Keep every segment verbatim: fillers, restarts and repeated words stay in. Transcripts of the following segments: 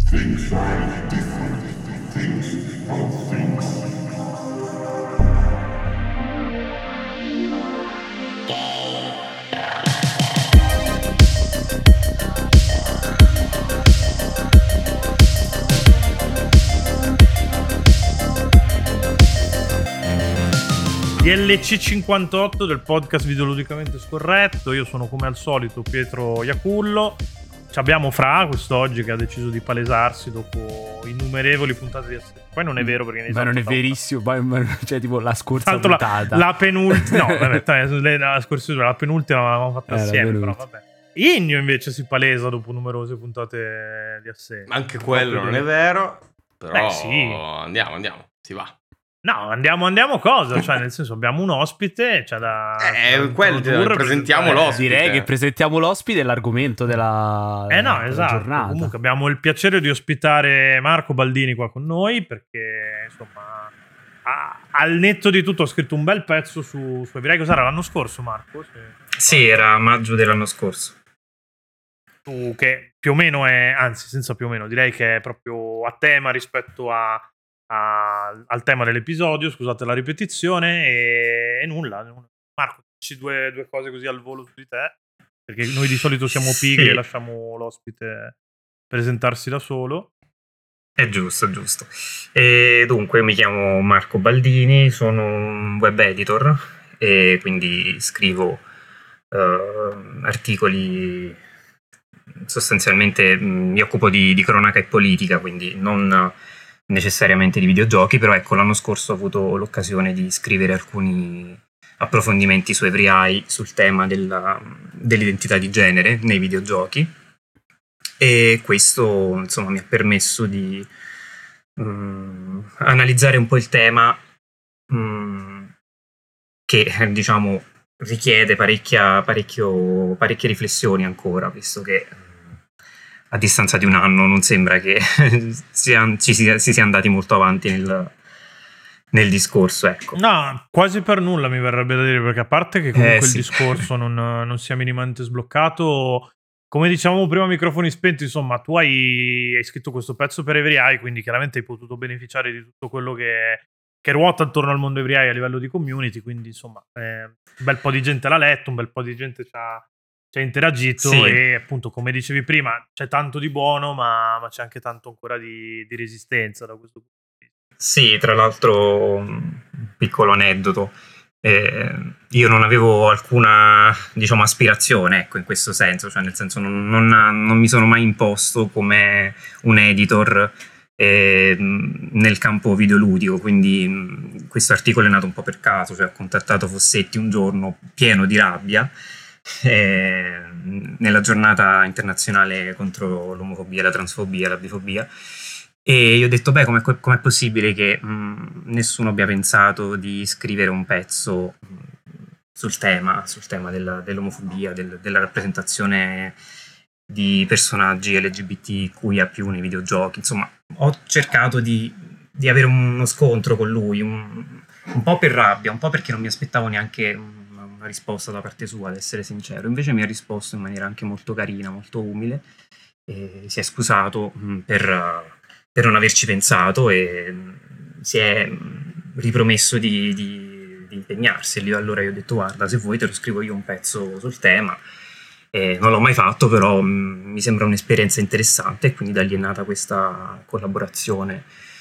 Things are different. Things are things. D L C cinquantotto del podcast Videoludicamente Scorretto. Io sono come al solito Pietro Iacullo. Ci abbiamo Fra quest'oggi che ha deciso di palesarsi dopo innumerevoli puntate di Assetto. Poi non è vero perché ma non è verissimo, ma, cioè tipo la scorsa tanto puntata la, la penultima no vabbè, dai, la scorsa la penultima l'avevamo fatta eh, assieme però vabbè. Igno invece si palesa dopo numerose puntate di Assetto. Ma anche quello non è vero, però Beh, sì. andiamo andiamo si va. No, andiamo, andiamo cosa? Cioè, nel senso, abbiamo un ospite, c'è da... Eh, da quel, presentiamo l'ospite. Direi che presentiamo l'ospite e l'argomento della, eh no, della esatto. giornata. Comunque abbiamo il piacere di ospitare Marco Baldini qua con noi, perché, insomma, a, al netto di tutto ha scritto un bel pezzo su, su Ebrei. Cos'era, l'anno scorso, Marco? Se... Sì, era maggio dell'anno scorso. Tu, che più o meno è, anzi, senza più o meno, direi che è proprio a tema rispetto a... A, al tema dell'episodio, scusate la ripetizione, e, e nulla. Marco, dici due, due cose così al volo su di te, perché noi di solito siamo pigri sì. E lasciamo l'ospite presentarsi da solo. È giusto, è giusto. E dunque, mi chiamo Marco Baldini, sono un web editor e quindi scrivo uh, articoli. Sostanzialmente mh, mi occupo di, di cronaca e politica, quindi non necessariamente di videogiochi, però ecco, l'anno scorso ho avuto l'occasione di scrivere alcuni approfondimenti su Every Eye sul tema della, dell'identità di genere nei videogiochi, e questo insomma mi ha permesso di um, analizzare un po' il tema um, che diciamo richiede parecchia, parecchio, parecchie riflessioni ancora, visto che a distanza di un anno non sembra che sia, ci sia, si sia andati molto avanti nel, nel discorso, ecco. No, quasi per nulla mi verrebbe da dire, perché a parte che comunque eh, sì. il discorso non, non sia minimamente sbloccato, come dicevamo prima a microfoni spenti, insomma, tu hai, hai scritto questo pezzo per Every Eye, quindi chiaramente hai potuto beneficiare di tutto quello che, che ruota attorno al mondo Every Eye a livello di community, quindi insomma eh, un bel po' di gente l'ha letto, un bel po' di gente ci ha ci ha interagito, sì. E appunto come dicevi prima c'è tanto di buono ma, ma c'è anche tanto ancora di, di resistenza da questo punto di vista. Sì, tra l'altro un piccolo aneddoto, eh, io non avevo alcuna diciamo aspirazione, ecco, in questo senso, cioè nel senso non, non, non mi sono mai imposto come un editor eh, nel campo videoludico, quindi mh, questo articolo è nato un po' per caso, cioè ho contattato Fossetti un giorno pieno di rabbia Eh, nella giornata internazionale contro l'omofobia, la transfobia, la bifobia, e io ho detto beh, com'è, com'è possibile che mh, nessuno abbia pensato di scrivere un pezzo mh, sul tema sul tema della, dell'omofobia, del, della rappresentazione di personaggi L G B T Q I A più nei videogiochi. Insomma, ho cercato di, di avere uno scontro con lui, un, un po' per rabbia, un po' perché non mi aspettavo neanche una risposta da parte sua, ad essere sincero. Invece mi ha risposto in maniera anche molto carina, molto umile, e si è scusato mh, per, per non averci pensato e mh, si è mh, ripromesso di, di, di impegnarsi. Io allora io ho detto guarda, se vuoi te lo scrivo io un pezzo sul tema, e non l'ho mai fatto, però mh, mi sembra un'esperienza interessante, e quindi da lì è nata questa collaborazione.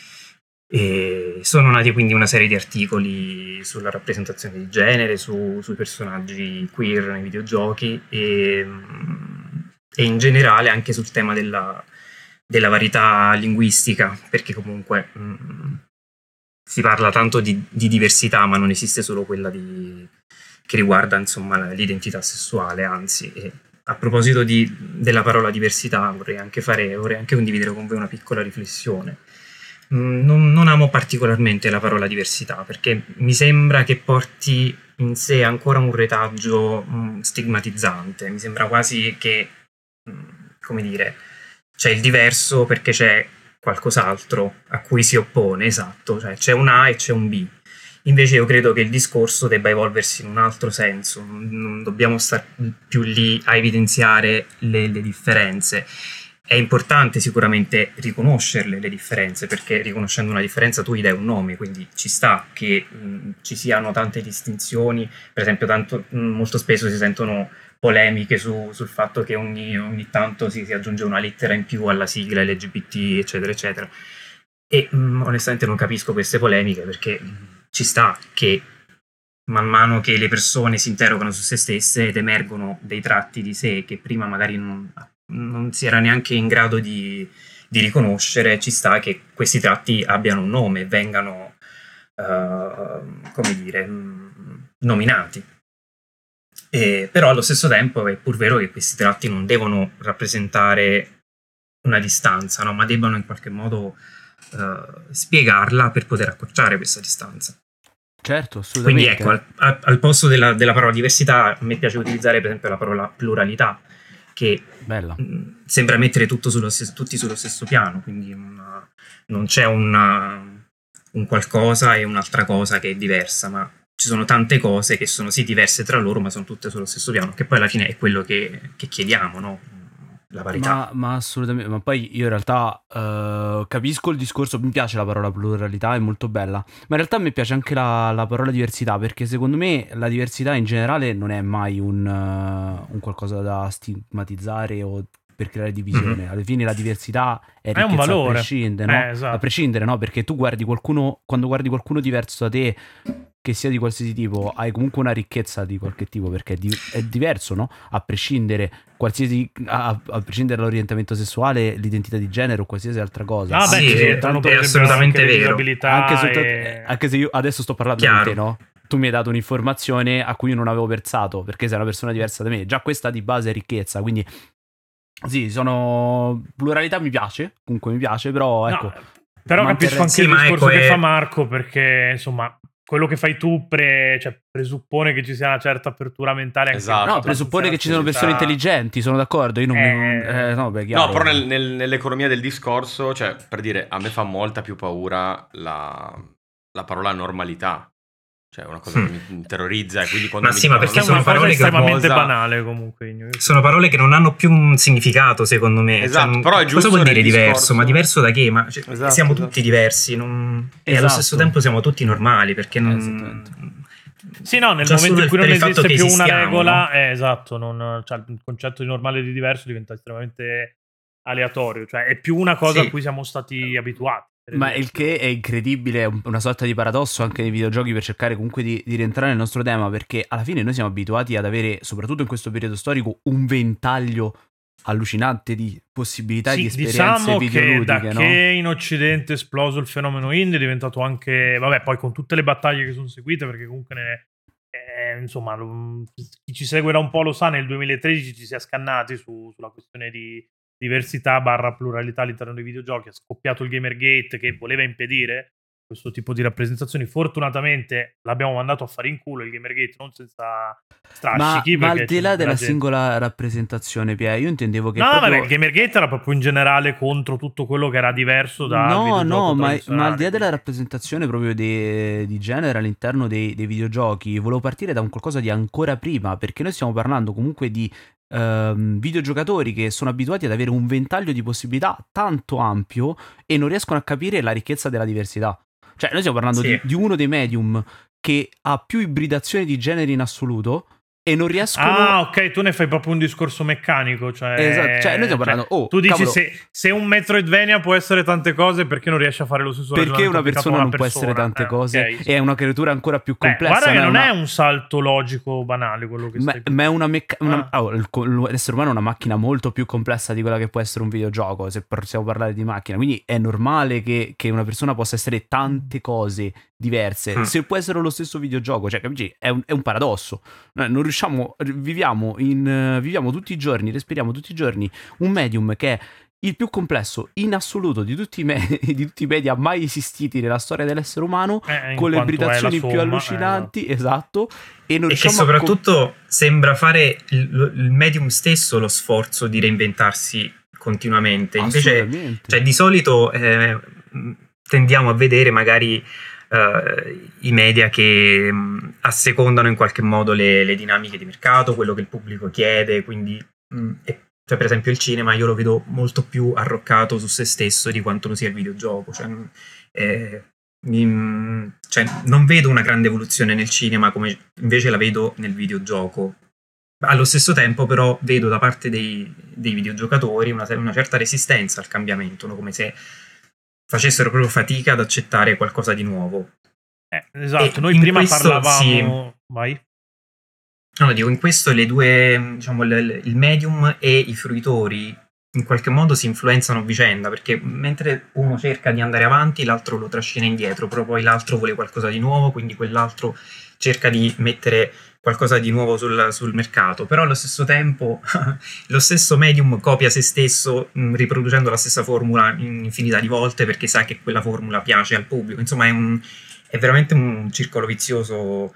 E sono nati quindi una serie di articoli sulla rappresentazione di genere, su, sui personaggi queer nei videogiochi e, e in generale anche sul tema della, della varietà linguistica, perché comunque mh, si parla tanto di, di diversità, ma non esiste solo quella di, che riguarda insomma l'identità sessuale, anzi. E a proposito di, della parola diversità vorrei anche fare, vorrei anche condividere con voi una piccola riflessione. Non, non amo particolarmente la parola diversità, perché mi sembra che porti in sé ancora un retaggio mh, stigmatizzante. Mi sembra quasi che, mh, come dire, c'è il diverso perché c'è qualcos'altro a cui si oppone, esatto, cioè c'è un A e c'è un B. Invece io credo che il discorso debba evolversi in un altro senso, non, non dobbiamo stare più lì a evidenziare le, le differenze. è importante sicuramente riconoscerle le differenze, perché riconoscendo una differenza tu gli dai un nome, quindi ci sta che mh, ci siano tante distinzioni. Per esempio tanto, mh, molto spesso si sentono polemiche su, sul fatto che ogni, ogni tanto si, si aggiunge una lettera in più alla sigla L G B T, eccetera eccetera, e mh, onestamente non capisco queste polemiche, perché mh, ci sta che man mano che le persone si interrogano su se stesse ed emergono dei tratti di sé che prima magari non, non si era neanche in grado di, di riconoscere, ci sta che questi tratti abbiano un nome, vengano uh, come dire mh, nominati. E, però allo stesso tempo è pur vero che questi tratti non devono rappresentare una distanza, no? Ma debbano in qualche modo uh, spiegarla per poter accorciare questa distanza. Certo, assolutamente. Quindi ecco, al, al, al posto della, della parola diversità a me piace utilizzare per esempio la parola pluralità, che Bella. mh, sembra mettere tutto sullo stesso, tutti sullo stesso piano, quindi una, non c'è una, un qualcosa e un'altra cosa che è diversa, ma ci sono tante cose che sono sì diverse tra loro, ma sono tutte sullo stesso piano, che poi alla fine è quello che, che chiediamo, no? La parità. Ma, ma assolutamente, ma poi io in realtà uh, capisco il discorso, mi piace la parola pluralità, è molto bella, ma in realtà mi piace anche la, la parola diversità, perché secondo me la diversità in generale non è mai un, uh, un qualcosa da stigmatizzare o per creare divisione. Mm-hmm. Alla fine la diversità è, è un valore, a prescindere, no? Eh, esatto. A prescindere, no? Perché tu guardi qualcuno, quando guardi qualcuno diverso da te, che sia di qualsiasi tipo, hai comunque una ricchezza di qualche tipo, perché è, di, è diverso, no? A prescindere qualsiasi a, a prescindere dall'orientamento sessuale, l'identità di genere o qualsiasi altra cosa. Ah, beh, sì, ci è, tanto è assolutamente vero. Anche, soltanto, e... anche se io adesso sto parlando Chiaro. con te, no? Tu mi hai dato un'informazione a cui io non avevo pensato, perché sei una persona diversa da me. Già questa di base è ricchezza, quindi sì, sono pluralità mi piace, comunque mi piace, però ecco. No, però capisco anche sì, il discorso ecco, che è... fa Marco, perché insomma quello che fai tu pre... cioè, presuppone che ci sia una certa apertura mentale anche. Esatto. No, presuppone che ci siano persone intelligenti, sono d'accordo. Io non eh... eh, no, beh, chiaro. No, però nel, nel, nell'economia del discorso, cioè, per dire, a me fa molta più paura la, la parola normalità. Cioè, è una cosa Mm. che mi terrorizza. E quindi quando Ma mi sì, ma dicono, perché Questa è sono una cosa parole che estremamente cosa... banale comunque. Sono parole che non hanno più un significato, secondo me. Esatto, cioè, però è giusto cosa vuol dire nel diverso? discorso. Ma diverso da che? Ma, cioè, Esatto, siamo esatto. tutti diversi, non... e allo Esatto. stesso tempo siamo tutti normali, perché non... Esattamente. Sì, no, nel Già momento solo in cui per non il fatto esiste che più una esistiamo, regola, no? eh, esatto, non, cioè, il concetto di normale e di diverso diventa estremamente aleatorio, cioè è più una cosa Sì. a cui siamo stati abituati. per Ma esempio. il che è incredibile, è un- una sorta di paradosso anche nei videogiochi, per cercare comunque di, di rientrare nel nostro tema, perché alla fine noi siamo abituati ad avere, soprattutto in questo periodo storico, un ventaglio allucinante di possibilità e Sì, di esperienze diciamo che videoludiche, da no? che in Occidente è esploso il fenomeno indie è diventato anche, vabbè, poi con tutte le battaglie che sono seguite, perché comunque ne, eh, insomma, lo- chi ci segue da un po' lo sa, nel duemilatredici ci si è scannati su- sulla questione di diversità barra pluralità all'interno dei videogiochi, è scoppiato il Gamergate che voleva impedire questo tipo di rappresentazioni. Fortunatamente l'abbiamo mandato a fare in culo il Gamergate, non senza Ma, strascichi, ma al perché di là c'è della gente- singola rappresentazione, Pia, io intendevo che No, proprio... vabbè, il Gamergate era proprio in generale contro tutto quello che era diverso dal No, videogioco no, ma, tradizionale, ma al di là della quindi- rappresentazione proprio de- di genere all'interno dei, dei videogiochi, volevo partire da un qualcosa di ancora prima, perché noi stiamo parlando comunque di ehm, videogiocatori che sono abituati ad avere un ventaglio di possibilità tanto ampio e non riescono a capire la ricchezza della diversità. Cioè, noi stiamo parlando Sì. di, di uno dei medium che ha più ibridazioni di generi in assoluto e non riescono... Ah, ok, tu ne fai proprio un discorso meccanico, cioè, Esatto, cioè, noi stiamo parlando- oh, tu dici cavolo. se, se un Metroidvania può essere tante cose, perché non riesce a fare lo stesso Perché ragionamento una applicato a persona non una può essere persona? tante Eh, cose ok, sì. e è una creatura ancora più Beh, complessa. guarda che non una- è un salto logico banale quello che Ma, stai ma è una mecca- una- Ah. oh, il co- l'essere umano è una macchina molto più complessa di quella che può essere un videogioco, se possiamo parlare di macchina. Quindi è normale che, che una persona possa essere tante cose diverse. Mm. Se può essere lo stesso videogioco, cioè, capisci? È un, è un paradosso. Noi non riusciamo, viviamo, in, eh, viviamo tutti i giorni, respiriamo tutti i giorni un medium che è il più complesso in assoluto di tutti i, me- di tutti i media mai esistiti nella storia dell'essere umano, Eh, in con le quanto è la ibridazioni somma, più eh, allucinanti, esatto. E non E che riusciamo a com- soprattutto sembra fare il, il medium stesso lo sforzo di reinventarsi continuamente. Invece, Assolutamente. cioè, di solito eh, tendiamo a vedere magari eh, i media che mh, assecondano in qualche modo le, le dinamiche di mercato, quello che il pubblico chiede, quindi mh, e Cioè, per esempio, il cinema io lo vedo molto più arroccato su se stesso di quanto lo sia il videogioco. Cioè, eh, mi- cioè, non vedo una grande evoluzione nel cinema come invece la vedo nel videogioco. Allo stesso tempo, però, vedo da parte dei, dei videogiocatori una, una certa resistenza al cambiamento, no? Come se facessero proprio fatica ad accettare qualcosa di nuovo. Eh, esatto, E noi in prima questo parlavamo... Vai. No, dico, in questo le due, diciamo, il, il medium e i fruitori in qualche modo si influenzano a vicenda, perché mentre uno cerca di andare avanti, l'altro lo trascina indietro, però poi l'altro vuole qualcosa di nuovo, quindi quell'altro cerca di mettere qualcosa di nuovo sul, sul mercato, però allo stesso tempo lo stesso medium copia se stesso, mh, riproducendo la stessa formula infinità di volte perché sa che quella formula piace al pubblico. Insomma, è, un, è veramente un circolo vizioso.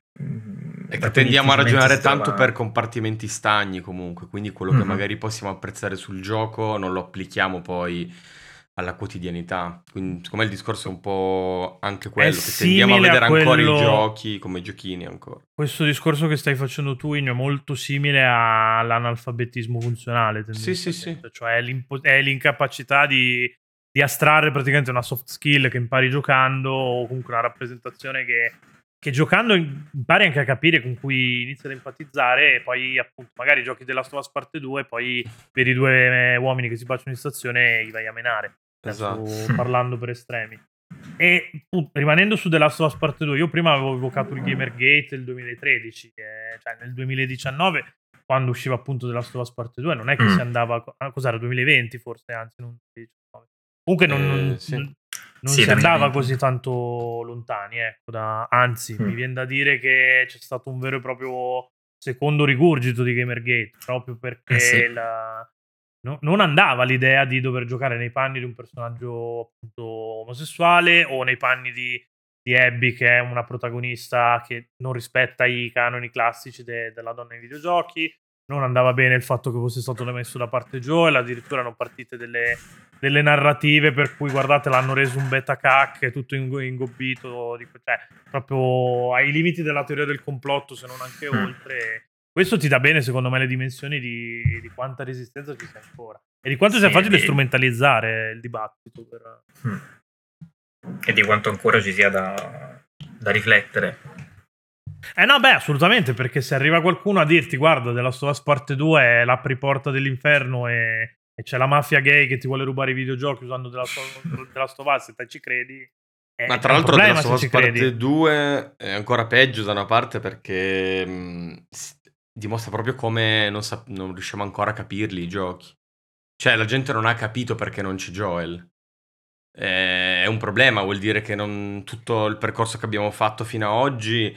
E che tendiamo a ragionare tanto trova... per compartimenti stagni comunque, quindi quello mm-hmm. che magari possiamo apprezzare sul gioco non lo applichiamo poi alla quotidianità. Quindi secondo me il discorso è un po' anche quello, È che tendiamo a simile a vedere ancora quello- i giochi come giochini ancora. Questo discorso che stai facendo tu, Igno, è molto simile all'analfabetismo funzionale, Sì, sì, tendenzialmente. Cioè è, l'impo- è l'incapacità di, di astrarre praticamente una soft skill che impari giocando, o comunque una rappresentazione che, che giocando impari anche a capire, con cui inizi ad empatizzare, e poi appunto magari giochi della Last of Us parte due e poi vedi due uomini che si baciano in stazione e gli vai a menare. Esatto. Adesso parlando per estremi. E uh, rimanendo su The Last of Us Part due, io prima avevo evocato il Gamergate del duemilatredici, eh, cioè nel duemiladiciannove, quando usciva appunto The Last of Us Part due, non è che Mm. si andava, ah, cos'era, duemilaventi forse, anzi non duemiladiciannove. Comunque non, Eh, non- sì. non- non Sì, si andava duemilaventi. così tanto lontani, ecco, da- anzi Mm. mi viene da dire che c'è stato un vero e proprio secondo rigurgito di Gamergate, proprio perché Eh sì. la- no- non andava l'idea di dover giocare nei panni di un personaggio appunto omosessuale, o nei panni di, di Abby, che è una protagonista che non rispetta i canoni classici de- della donna nei videogiochi. Non andava bene il fatto che fosse stato messo da parte Joel, addirittura erano partite delle, delle narrative per cui, guardate, l'hanno reso un beta cac, è tutto ingo- ingobbito, di- cioè proprio ai limiti della teoria del complotto, se non anche Mm. oltre. Questo ti dà bene, secondo me, le dimensioni di, di quanta resistenza ci sia ancora e di quanto Sì, sia facile di- strumentalizzare il dibattito. Per... Mm. E di quanto ancora ci sia da, da riflettere. Eh no, beh, assolutamente, perché se arriva qualcuno a dirti, guarda, The Last of Us Part due è l'apriporta dell'inferno e, e c'è la mafia gay che ti vuole rubare i videogiochi usando The Last of, The Last of Us, e te ci credi... è- Ma è tra un l'altro The problema Last of se Us ci credi. parte due è ancora peggio da una parte, perché mh, s- dimostra proprio come non, sap- non riusciamo ancora a capirli i giochi. Cioè la gente non ha capito perché non c'è Joel. Eh, È un problema, vuol dire che non, tutto il percorso che abbiamo fatto fino ad oggi,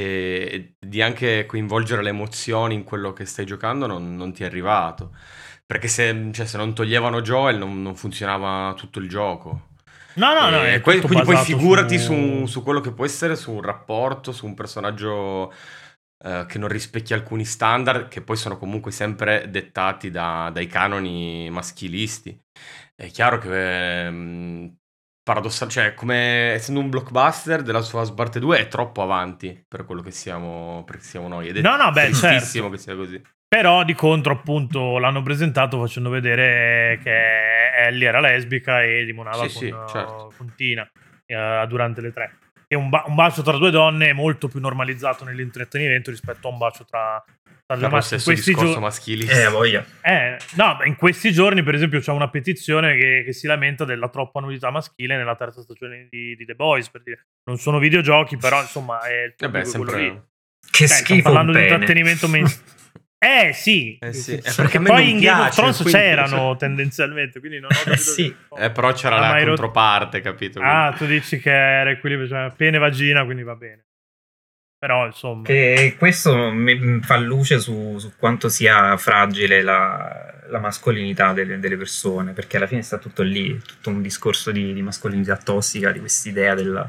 e di anche coinvolgere le emozioni in quello che stai giocando, non, non ti è arrivato. Perché se, cioè, se non toglievano Joel non, non funzionava tutto il gioco. No, no, no, E è que- tutto quindi poi basato figurati su... su... su quello che può essere, su un rapporto, su un personaggio eh, che non rispecchia alcuni standard, che poi sono comunque sempre dettati da- dai canoni maschilisti. È chiaro che ehm, paradossal- cioè, come essendo un blockbuster, della sua parte due è troppo avanti per quello che siamo, per che siamo noi. Ed è No, no, beh, tristissimo certo. che sia così. Però di contro, appunto, l'hanno presentato facendo vedere che Ellie era lesbica e limonava Sì, con, sì, certo. con Tina eh, durante le tre. E un, ba- un bacio tra due donne è molto più normalizzato nell'intrattenimento rispetto a un bacio tra, tra due Per lo maschi. In stesso questi, discorso gio- maschilista. Eh, voglia. eh, no, in questi giorni, per esempio, c'è una petizione che, che si lamenta della troppa nudità maschile nella terza stagione di, di The Boys. Per dire. Non sono videogiochi, però insomma è il Eh beh, pubblico quello lì. sempre... Che Cioè, stiamo schifo parlando un di pene. intrattenimento mainstream. Eh sì, Eh sì, Perché è perché a me poi non in Game of piace, Thrones quindi- c'erano tendenzialmente, quindi non ho capito. Sì. Eh, però c'era Ah, la ma hai rotto- controparte, capito? Ah, tu dici che era equilibrio, cioè pene e vagina, quindi va bene. Però insomma, Che questo mi- fa luce su, su quanto sia fragile la, la mascolinità delle, delle persone, perché alla fine sta tutto lì, tutto un discorso di, di mascolinità tossica, di quest'idea del,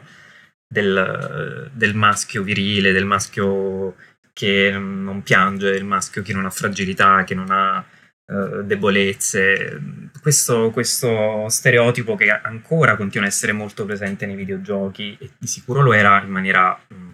del, del maschio virile, del maschio che non piange, del maschio che non ha fragilità, che non ha eh, debolezze. Questo, questo stereotipo che ancora continua a essere molto presente nei videogiochi, e di sicuro lo era in maniera mh,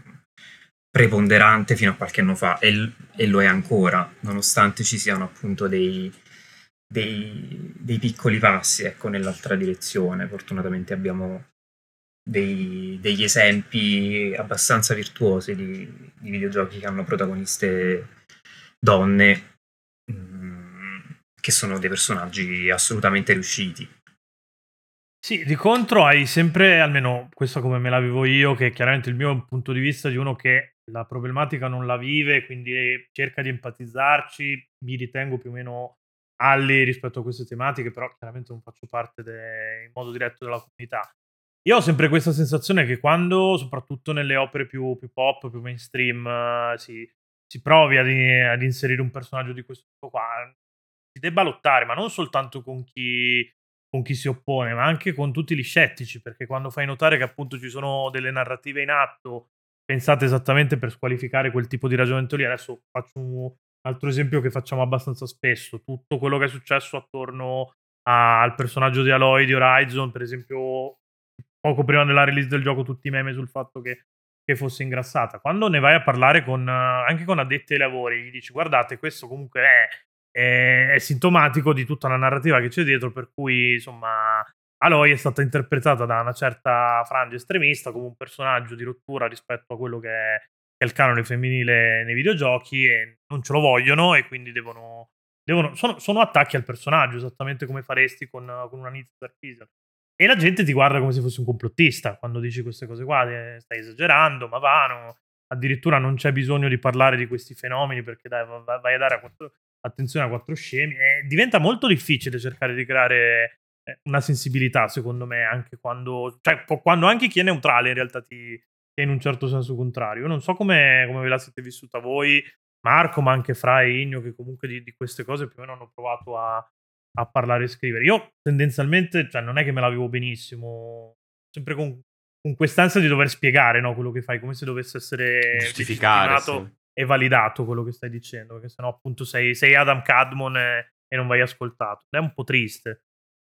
preponderante fino a qualche anno fa, e, l- e lo è ancora, nonostante ci siano appunto dei, dei, dei piccoli passi, ecco, nell'altra direzione. Fortunatamente abbiamo dei, degli esempi abbastanza virtuosi di, di videogiochi che hanno protagoniste donne, mh, che sono dei personaggi assolutamente riusciti. Sì, di contro hai sempre, almeno questo come me la vivo io, che chiaramente il mio è un punto di vista di uno che la problematica non la vive, quindi cerca di empatizzarci, mi ritengo più o meno alli rispetto a queste tematiche, però chiaramente non faccio parte de- in modo diretto della comunità. Io ho sempre questa sensazione che quando, soprattutto nelle opere più, più pop, più mainstream, eh, si, si provi ad, ad inserire un personaggio di questo tipo qua, si debba lottare, ma non soltanto con chi con chi si oppone, ma anche con tutti gli scettici, perché quando fai notare che appunto ci sono delle narrative in atto pensate esattamente per squalificare quel tipo di ragionamento lì, adesso faccio un altro esempio che facciamo abbastanza spesso, tutto quello che è successo attorno a- al personaggio di Aloy di Horizon, per esempio poco prima della release del gioco tutti i meme sul fatto che, che fosse ingrassata. Quando ne vai a parlare con, eh, anche con addetti ai lavori, gli dici guardate questo comunque è è, è sintomatico di tutta la narrativa che c'è dietro, per cui insomma Aloy è stata interpretata da una certa frangia estremista come un personaggio di rottura rispetto a quello che è, che è il canone femminile nei videogiochi e non ce lo vogliono e quindi devono, devono sono, sono attacchi al personaggio esattamente come faresti con, con una Nitz Darkseid. E la gente ti guarda come se fossi un complottista quando dici queste cose qua, eh, stai esagerando, ma vano, addirittura non c'è bisogno di parlare di questi fenomeni perché dai, vai, vai a dare a quattro, attenzione a quattro scemi e diventa molto difficile cercare di creare eh, una sensibilità, secondo me, anche quando, cioè, quando anche chi è neutrale in realtà ti, ti è in un certo senso contrario. Io non so come, come ve la siete vissuta voi, Marco, ma anche Fra e Igno, che comunque di, di queste cose più o meno hanno provato a, a parlare e scrivere. Io tendenzialmente, cioè, non è che me la vivo benissimo, sempre con, con quest'ansia di dover spiegare, no, quello che fai, come se dovesse essere Giustificare, legittimato sì. e validato quello che stai dicendo, perché sennò appunto sei, sei Adam Cadmon e, e non vai ascoltato. È un po' triste.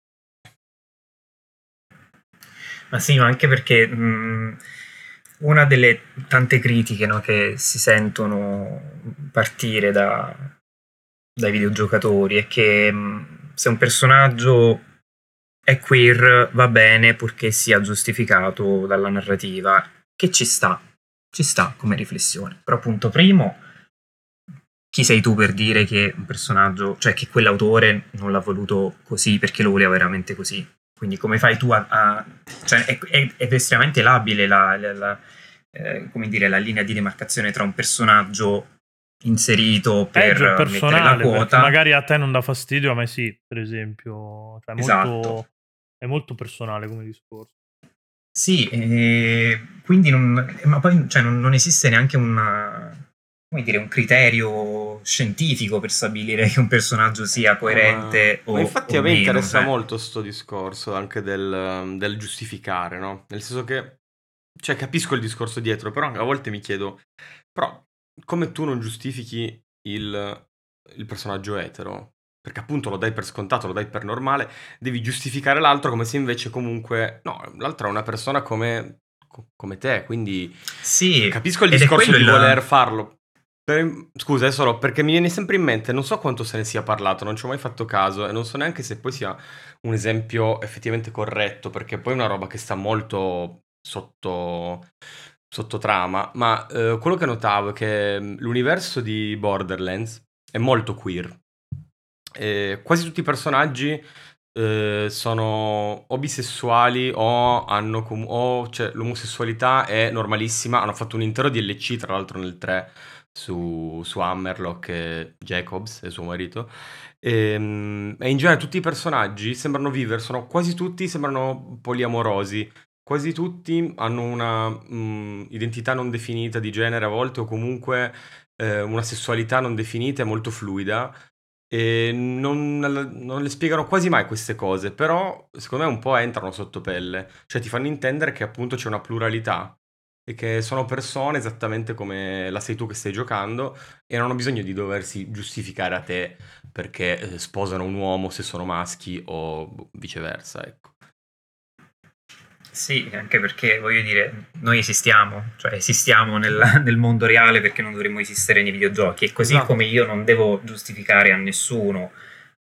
Ma sì, ma anche perché mh, una delle tante critiche, no, che si sentono partire da, dai videogiocatori è che mh, se un personaggio è queer va bene purché sia giustificato dalla narrativa, che ci sta, ci sta come riflessione. Però appunto, primo, chi sei tu per dire che un personaggio, cioè che quell'autore non l'ha voluto così perché lo voleva veramente così? Quindi come fai tu a... a cioè è, è, è estremamente labile la, la, la, eh, come dire, la linea di demarcazione tra un personaggio inserito per Peggio è mettere la personale, perché quota. magari a te non dà fastidio, a me sì, per esempio. Cioè, Esatto. molto, è molto personale come discorso. Sì, e quindi non, ma poi cioè, non, non esiste neanche una, come dire, un criterio scientifico per stabilire che un personaggio sia coerente ma, o ma infatti o a me meno, interessa cioè. molto sto discorso anche del, del giustificare, no? Nel senso che, cioè, capisco il discorso dietro, però a volte mi chiedo, però come tu non giustifichi il, il personaggio etero? Perché appunto lo dai per scontato, lo dai per normale, devi giustificare l'altro come se invece comunque, no, l'altro è una persona come, co- come te, quindi Sì, capisco il ed è discorso quello di il- voler farlo. Per- scusa, è solo perché mi viene sempre in mente, non so quanto se ne sia parlato, non ci ho mai fatto caso e non so neanche se poi sia un esempio effettivamente corretto, perché poi è una roba che sta molto sotto, sotto trama, ma eh, quello che notavo è che mh, l'universo di Borderlands è molto queer. E quasi tutti i personaggi eh, sono o bisessuali o hanno com- o, cioè, l'omosessualità è normalissima. Hanno fatto un intero D L C, tra l'altro nel tre, su, su Hammerlock e Jacobs e suo marito. E, e in genere tutti i personaggi sembrano vivere, sono quasi tutti sembrano poliamorosi. Quasi tutti hanno una mh, identità non definita di genere a volte o comunque eh, una sessualità non definita e molto fluida. E non, non le spiegano quasi mai queste cose, però secondo me un po' entrano sotto pelle, cioè ti fanno intendere che appunto c'è una pluralità e che sono persone esattamente come la sei tu che stai giocando e non hanno bisogno di doversi giustificare a te perché eh, sposano un uomo se sono maschi o viceversa, ecco. Sì, anche perché voglio dire, noi esistiamo, cioè esistiamo nel, nel mondo reale perché non dovremmo esistere nei videogiochi, e così Esatto. come io non devo giustificare a nessuno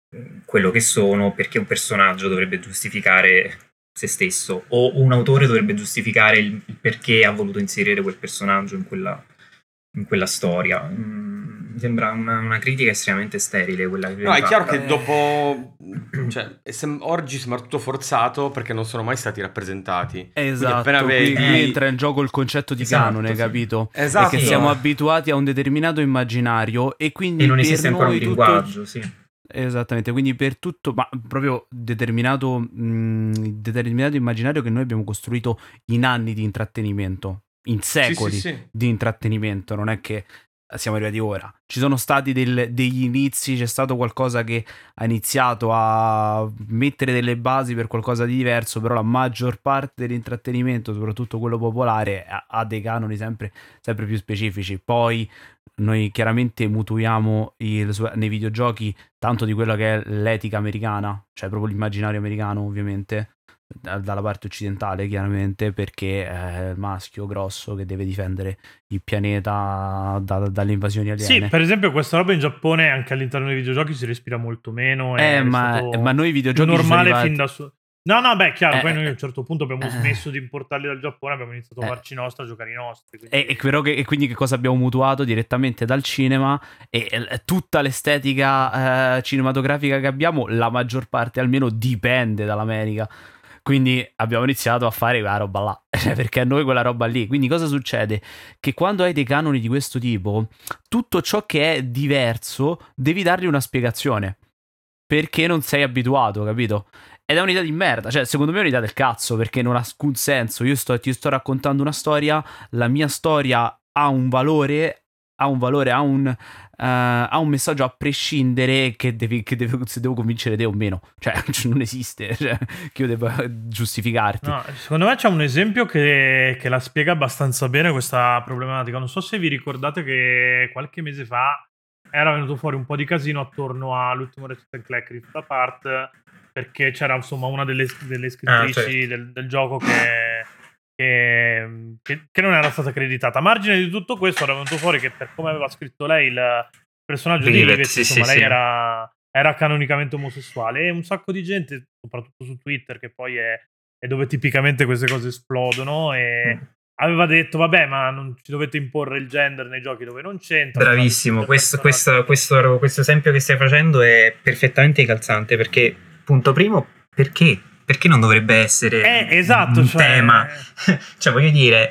quello che sono, perché un personaggio dovrebbe giustificare se stesso o un autore dovrebbe giustificare il, il perché ha voluto inserire quel personaggio in quella, in quella storia. Mm, mi sembra una, una critica estremamente sterile quella che No, è chiaro fatta. che dopo, cioè, è sem- oggi sembra tutto forzato perché non sono mai stati rappresentati. Quindi Esatto, appena qui, vedi... qui entra in gioco il concetto di Esatto, canone, sì. capito? Esatto. È che Sì. siamo abituati a un determinato immaginario e quindi E non per esiste ancora un noi tutto... linguaggio, sì. Esattamente, quindi per tutto, ma proprio determinato, mh, determinato immaginario che noi abbiamo costruito in anni di intrattenimento, in secoli Sì, sì, sì. di intrattenimento, non è che siamo arrivati ora. Ci sono stati del- degli inizi, c'è stato qualcosa che ha iniziato a mettere delle basi per qualcosa di diverso, però la maggior parte dell'intrattenimento, soprattutto quello popolare, ha, ha dei canoni sempre, sempre più specifici. Poi noi chiaramente mutuiamo il, su- nei videogiochi tanto di quella che è l'etica americana, cioè proprio l'immaginario americano ovviamente, da- dalla parte occidentale chiaramente, perché è il maschio grosso che deve difendere il pianeta da- dalle invasioni aliene. Sì, per esempio questa roba in Giappone anche all'interno dei videogiochi si respira molto meno. Eh, è ma, stato ma noi i più videogiochi ci sono normale arrivati- fin da su. No, no, beh, chiaro, Eh, poi noi a eh, un certo punto abbiamo eh. smesso di importarli dal Giappone, abbiamo iniziato a Eh. farci i nostri, a giocare i nostri. quindi- E, e però che- e quindi che cosa abbiamo mutuato direttamente dal cinema e, e tutta l'estetica eh, cinematografica che abbiamo, la maggior parte almeno dipende dall'America. Quindi abbiamo iniziato a fare quella roba là, cioè, perché a noi quella roba lì. Quindi cosa succede? Che quando hai dei canoni di questo tipo, tutto ciò che è diverso devi dargli una spiegazione, perché non sei abituato, capito? Ed è un'idea di merda, cioè secondo me è un'idea del cazzo, perché non ha alcun senso. Io sto, ti sto raccontando una storia, la mia storia ha un valore, ha un valore, ha un, eh, ha un messaggio a prescindere che, devi, che devo, se devo convincere te o meno. Cioè non esiste, cioè, che io debba giustificarti. No, secondo me c'è un esempio che, che la spiega abbastanza bene questa problematica. Non so se vi ricordate che qualche mese fa era venuto fuori un po' di casino attorno all'ultimo Ratchet and Clank Rift Apart, perché c'era insomma una delle, delle scrittrici Ah, certo. del, del gioco che, che, che- che non era stata accreditata. A margine di tutto questo era venuto fuori che per come aveva scritto lei il personaggio di Rivet, Rivet, sì, insomma sì, lei sì. era, era canonicamente omosessuale, e un sacco di gente, soprattutto su Twitter, che poi è, è dove tipicamente queste cose esplodono, e Mm. aveva detto vabbè, ma non ci dovete imporre il gender nei giochi dove non c'entra. Bravissimo, Il questo, personaggio- questo, questo, questo esempio che stai facendo è perfettamente calzante perché, punto primo, perché? Perché non dovrebbe essere Eh, esatto, un cioè- tema? Cioè, voglio dire,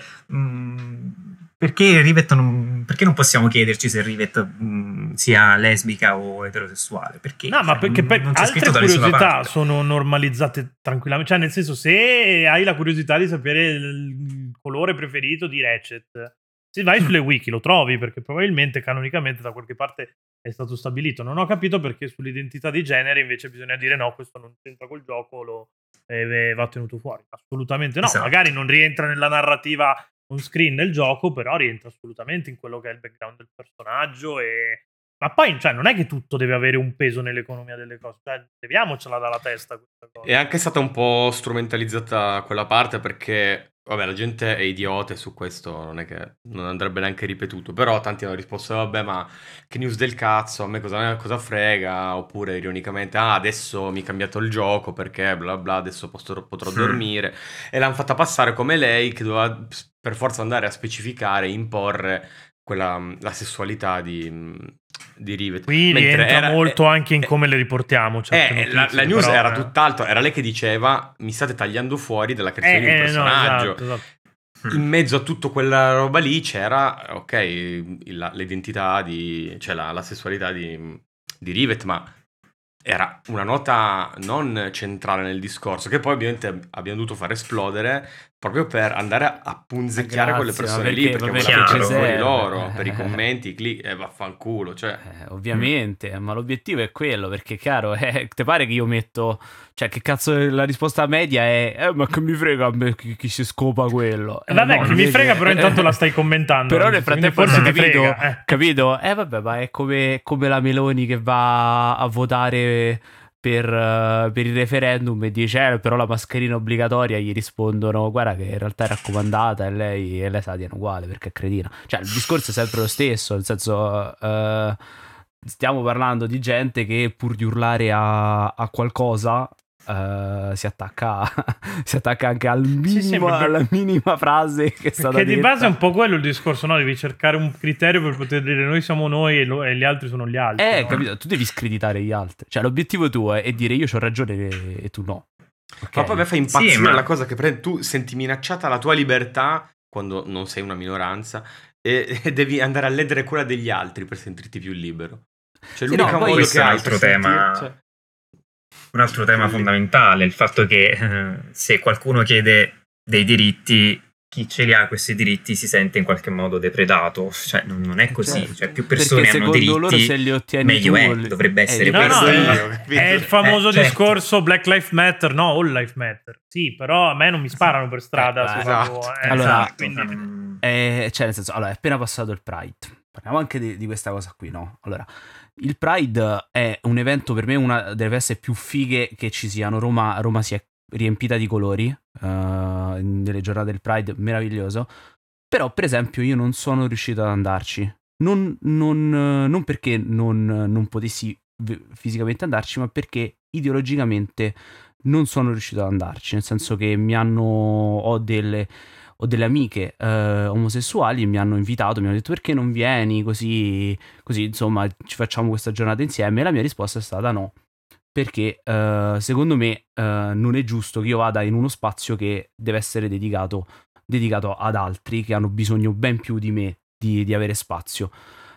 mh, perché Rivet non, perché non possiamo chiederci se Rivet mh, sia lesbica o eterosessuale? Perché? No, ma Cioè, perché non- poi non c'è altre scritto da nessuna curiosità parte. sono normalizzate tranquillamente. Cioè, nel senso, se hai la curiosità di sapere il colore preferito di Ratchet, se vai Mm. sulle wiki lo trovi, perché probabilmente canonicamente da qualche parte è stato stabilito. Non ho capito perché sull'identità di genere invece bisogna dire no, questo non c'entra col gioco, lo eh, va tenuto fuori. Assolutamente no. Esatto. Magari non rientra nella narrativa on screen del gioco, però rientra assolutamente in quello che è il background del personaggio. E ma poi, cioè, non è che tutto deve avere un peso nell'economia delle cose, cioè, leviamocela dalla testa questa cosa. È anche stata un po' strumentalizzata quella parte perché, vabbè, la gente è idiota e su questo non è che non andrebbe neanche ripetuto, però tanti hanno risposto, vabbè, ma che news del cazzo, a me cosa, cosa frega, oppure ironicamente, ah, adesso mi è cambiato il gioco perché bla bla, adesso posso- potrò Mm. dormire, e l'hanno fatta passare come lei che doveva per forza andare a specificare, imporre quella, la sessualità di... di Rivet. Qui Mentre rientra era- molto eh, anche in eh, come le riportiamo certe eh, la, notizie, la news però, era eh. tutt'altro, era lei che diceva mi state tagliando fuori dalla creazione di un Eh, eh, no, personaggio. esatto, esatto. Mm. In mezzo a tutta quella roba lì c'era, ok, il- la- l'identità di, cioè la, la sessualità di, di Rivet, ma era una nota non centrale nel discorso, che poi ovviamente abbiamo dovuto far esplodere proprio per andare a, a punzecchiare Grazie, quelle ma persone perché- lì, perché ma volevano perché tirare ci fuori serve. loro, per i Eh. commenti, i click, e vaffanculo, cioè... Eh, ovviamente, ma l'obiettivo è quello, perché chiaro, eh, te pare che io metto, cioè che cazzo la risposta media è, eh, ma che mi frega a me chi, chi si scopa quello. Eh, Vabbè, no, che mi invece- frega, però intanto la stai commentando. Però nel quindi frattempo forse non ti capito, frega, eh. capito? Eh vabbè, ma è come, come la Meloni che va a votare per, eh, per il referendum e dice eh, però la mascherina obbligatoria, gli rispondono guarda che in realtà è raccomandata e lei, e lei sa tiene uguale perché è cretina. Cioè il discorso è sempre lo stesso, nel senso eh, stiamo parlando di gente che pur di urlare a, a qualcosa uh, si attacca si attacca anche al minimo, Sì, sì, ma- alla minima frase che è stata Perché di detta. base è un po' quello il discorso, no? Devi cercare un criterio per poter dire noi siamo noi e, lo- e gli altri sono gli altri. Eh, no? capito? Tu devi screditare gli altri. Cioè, l'obiettivo tuo è, è dire io c'ho ragione e, e tu no. Ok? Ma poi a me fa impazzire Sì, ma- la cosa che pre- tu senti minacciata la tua libertà quando non sei una minoranza e, e devi andare a ledere quella degli altri per sentirti più libero. Cioè Sì, l'unico no, poi modo questo che è un hai altro per tema. sentir- cioè- Un altro tema Quindi- fondamentale, il fatto che eh, se qualcuno chiede dei diritti, chi ce li ha questi diritti si sente in qualche modo depredato. Cioè, non, non è così. Certo. Cioè, più persone Perché hanno secondo loro diritti, se li ottieni meglio tu, è. li- Dovrebbe eh, essere No, no, questo così. io, è, capito? è il famoso Eh, certo. discorso Black Lives Matter, no, All Lives Matter. Sì, però a me non mi sparano per strada. Eh, se esatto. vado- eh, Allora, esatto, quindi- Mm, Eh, cioè, nel senso, allora, è appena passato il Pride. Parliamo anche di, di questa cosa qui, no? Allora, il Pride è un evento per me una delle feste più fighe che ci siano. Roma, Roma si è riempita di colori uh, nelle giornate del Pride, meraviglioso. Però, per esempio, io non sono riuscito ad andarci. Non, non, eh, non perché non, non potessi v- fisicamente andarci, ma perché ideologicamente non sono riuscito ad andarci. Nel senso che mi hanno. Ho delle. Ho delle amiche eh, omosessuali e mi hanno invitato, mi hanno detto perché non vieni così, così insomma ci facciamo questa giornata insieme, e la mia risposta è stata no, perché eh, secondo me eh, non è giusto che io vada in uno spazio che deve essere dedicato, dedicato ad altri che hanno bisogno ben più di me di, di avere spazio.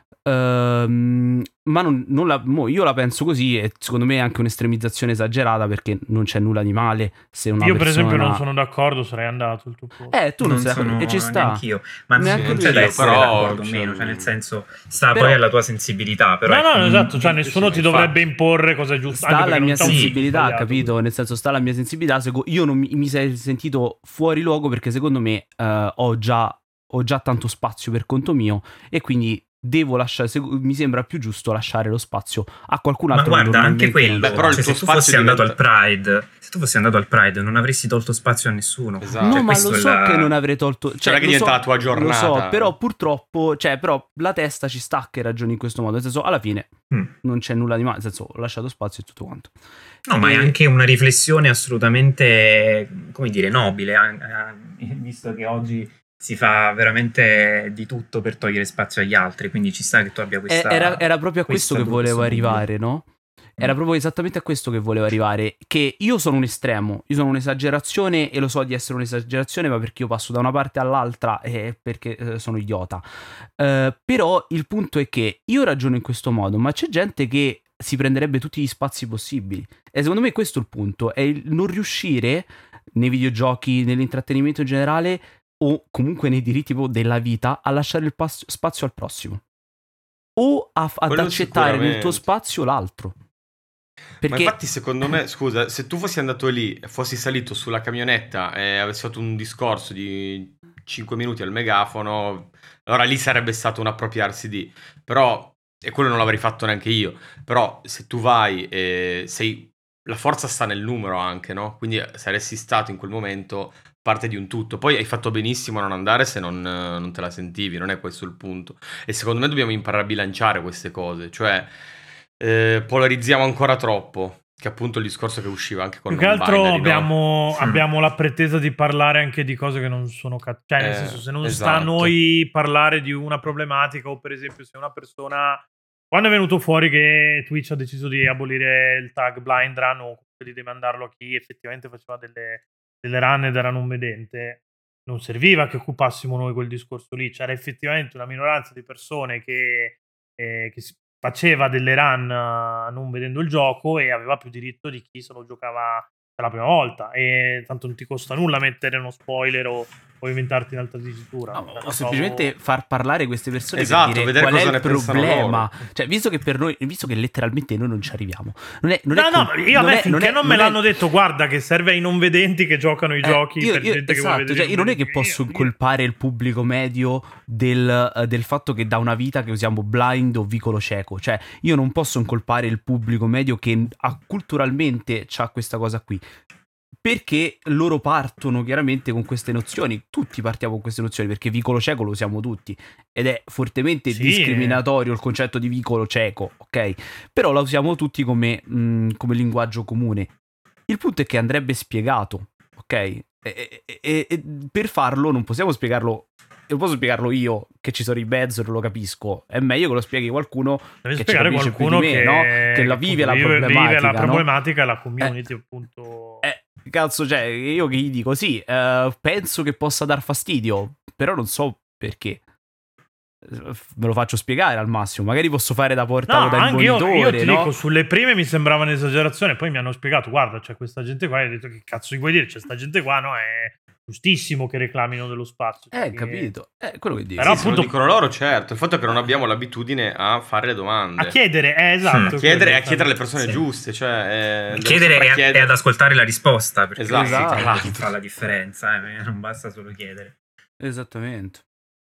Ehm, ma non, non la, mo io la penso così, e secondo me è anche un'estremizzazione esagerata, perché non c'è nulla di male se una Io, per persona... esempio, non sono d'accordo, sarei andato il tuo posto. Eh, tu non, non sei sono d'accordo, e ci sta. neanch'io, ma Neanche non lui c'è da io, essere però, d'accordo o cioè, meno, cioè nel senso sta però- poi alla tua sensibilità, però no, ecco, no, mm, esatto, cioè sì, nessuno sì, ti infatti. dovrebbe imporre cosa è giusto. Sta anche alla perché mia non c'è un giusto sensibilità, sbagliato. capito? Nel senso, sta alla mia sensibilità. Seco- io non mi, mi sei sentito fuori luogo perché secondo me eh, ho, già, ho già tanto spazio per conto mio, e quindi devo lasciare. sec- mi sembra più giusto lasciare lo spazio a qualcun ma altro. che guarda, anche normalmente quello, non Beh, ce però l'ha. il cioè, tuo se tu spazio fossi andato al diventa- Pride, se tu fossi andato al Pride non avresti tolto spazio a nessuno. Esatto. No, Cioè, ma questo lo è so la- che non avrei tolto. Cioè, non è che lo diventa so- la tua giornata. Lo so, però purtroppo, cioè, però la testa ci sta che ragioni in questo modo. Nel senso, alla fine Mm. non c'è nulla di male. Nel senso, ho lasciato spazio e tutto quanto. No, ma è E- anche una riflessione assolutamente, come dire, nobile, eh, eh, visto che oggi si fa veramente di tutto per togliere spazio agli altri, quindi ci sta che tu abbia Eh, questa... era, era proprio a questo questa- che volevo questo dubbio. arrivare, no? Era proprio esattamente a questo che volevo arrivare. Che io sono un estremo, io sono un'esagerazione, e lo so di essere un'esagerazione, ma perché io passo da una parte all'altra e perché eh, sono idiota. Eh, però il punto è che io ragiono in questo modo, ma c'è gente che si prenderebbe tutti gli spazi possibili. E secondo me questo è il punto: è il non riuscire nei videogiochi, nell'intrattenimento in generale, o comunque nei diritti proprio della vita, a lasciare il pas- spazio al prossimo, o a, ad Quello accettare nel tuo sicuramente. spazio l'altro. Ma Perché infatti, secondo me, scusa, se tu fossi andato lì, fossi salito sulla camionetta e avessi fatto un discorso di cinque minuti al megafono, allora lì sarebbe stato un appropriarsi di. Però, e quello non l'avrei fatto neanche io, però se tu vai e sei. La forza sta nel numero anche, no? Quindi saresti stato in quel momento parte di un tutto. Poi hai fatto benissimo a non andare se non, non te la sentivi, non è questo il punto. E secondo me dobbiamo imparare a bilanciare queste cose, cioè eh, polarizziamo ancora troppo, che è appunto il discorso che usciva anche con Più che altro non-binary, no? abbiamo, Sì. abbiamo la pretesa di parlare anche di cose che non sono cat- cioè nel Eh, senso, se non sta a esatto. noi parlare di una problematica, o per esempio se una persona, quando è venuto fuori che Twitch ha deciso di abolire il tag blind run o di demandarlo a chi effettivamente faceva delle, delle run ed era non vedente, non serviva che occupassimo noi quel discorso lì. C'era effettivamente una minoranza di persone che, eh, che si faceva delle run uh, non vedendo il gioco e aveva più diritto di chi se lo giocava per la prima volta, e tanto non ti costa nulla mettere uno spoiler o, o inventarti un'altra dicitura. no, Lo o trovo- semplicemente far parlare queste persone, Esatto, per dire vedere qual cosa è ne il pensano problema. loro. Cioè, visto che per noi, visto che letteralmente noi non ci arriviamo, non è, non No, è no, col- io a non me è- finché è- non me è- l'hanno detto, guarda che serve ai non vedenti che giocano i Eh, giochi io- per io- gente che esatto, vuole vedere cioè, i io non è che non vedenti. posso Io- incolpare il pubblico medio del, eh, del fatto che da una vita che usiamo blind o vicolo cieco. Cioè, io non posso incolpare il pubblico medio che ha, culturalmente c'ha questa cosa qui. perché loro partono chiaramente con queste nozioni, tutti partiamo con queste nozioni, perché vicolo cieco lo siamo tutti, ed è fortemente Sì. discriminatorio il concetto di vicolo cieco, ok? Però lo usiamo tutti come, mh, come linguaggio comune. Il punto è che andrebbe spiegato, ok? E, e- e- e per farlo non possiamo spiegarlo, non posso spiegarlo io che ci sono in mezzo e non lo capisco, è meglio che lo spieghi qualcuno Devi che ci spiegare capisce più qualcuno di me, che, no? Che la che vive la appunto problematica, vive la no? problematica e la community, appunto. Eh, cazzo, cioè, io che gli dico, sì, eh, penso che possa dar fastidio, però non so perché. Me lo faccio spiegare al massimo. Magari posso fare da portavo No, da anche io, rimonitore, io ti no? dico, sulle prime mi sembrava un'esagerazione, poi mi hanno spiegato, guarda, c'è questa gente qua, e ho detto, che cazzo gli vuoi dire? C'è sta gente qua, no? È giustissimo che reclamino dello spazio. Eh, perché- capito. È quello che dico. Però Sì, se lo appunto- dicono loro, certo. Il fatto è che non abbiamo l'abitudine a fare le domande. A chiedere, eh, esatto. Mm. A chiedere, a quello, chiedere alle persone Sì. giuste. Cioè, eh, Chiedere devo e, sempre e ad ascoltare la risposta, perché Esatto, sì, tra che l'altro. fa la differenza, eh, non basta solo chiedere. Esattamente.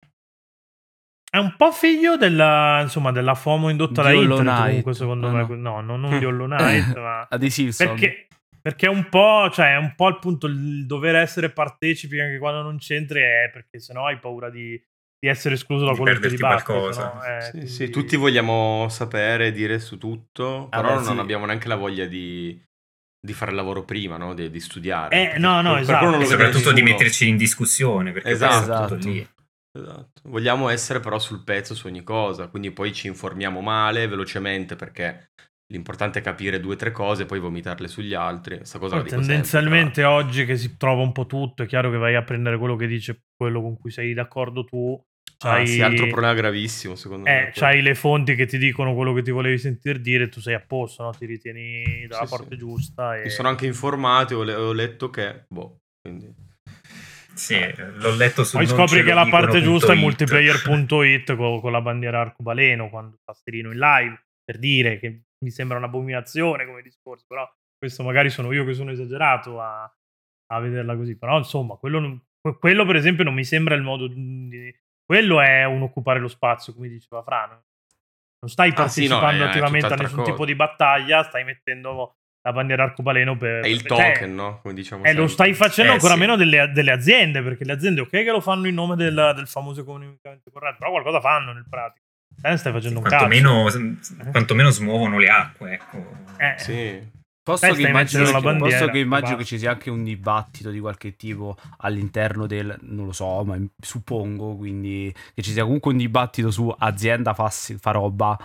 È un po' figlio della, insomma, della FOMO indotta da Di Hollow internet, Knight. comunque, secondo Ah, me. no. No, no, non di Hollow Knight, ma... Ad Silson. Perché, perché è un po', cioè, è un po' il punto, il dover essere partecipi anche quando non c'entri, è perché sennò hai paura di, di essere escluso da Di qualunque perderti dibattito. qualcosa. No? Eh, Sì, quindi- sì, tutti vogliamo sapere, dire su tutto, Ah, però beh, non sì. abbiamo neanche la voglia di, di fare il lavoro prima, no? Di, di studiare. Eh, Perché no, no, per- per esatto. quello non E lo vede soprattutto di nessuno. metterci in discussione, perché Esatto. questo è tutto lì. Esatto. Vogliamo essere però sul pezzo su ogni cosa, quindi poi ci informiamo male, velocemente, perché l'importante è capire due o tre cose, poi vomitarle sugli altri. Sta cosa la Poi dico tendenzialmente sempre, oggi che si trova un po' tutto, è chiaro che vai a prendere quello che dice quello con cui sei d'accordo tu. però- Ah, C'hai, sì, altro problema gravissimo, secondo me. eh, c'hai le fonti che ti dicono quello che ti volevi sentir dire, tu sei a posto, no? Ti ritieni dalla Sì, parte sì. giusta. E... Mi sono anche informato, ho, le- ho letto che... Boh, quindi... Sì, l'ho letto su Poi non scopri ce che lo la dicono parte punto giusta è it. multiplayer punto it con, con la bandiera arcobaleno, quando tasterino in live, per dire che mi sembra un'abominazione come discorso, però questo magari sono io che sono esagerato a, a vederla così, però insomma, quello, non- que- quello per esempio non mi sembra il modo di... Quello è un occupare lo spazio, come diceva Fra. Non stai Ah, sì, no, partecipando è- è attivamente a tutt'altra nessun cosa. tipo di battaglia, stai mettendo la bandiera arcobaleno per... È il per- cioè, token, no? Come diciamo eh, lo sempre. stai facendo Eh, ancora sì. meno delle, delle aziende, perché le aziende ok che lo fanno in nome del, del famoso economicamente corretto, però qualcosa fanno nel pratico. Te ne stai facendo un cazzo. Quantomeno, quantomeno smuovono le acque, ecco. Eh, Sì. Posso Te che, stai immagino, mettendo la bandiera, posso che immagino basta. che ci sia anche un dibattito di qualche tipo all'interno del, non lo so, ma suppongo, quindi che ci sia comunque un dibattito su azienda fa, fa roba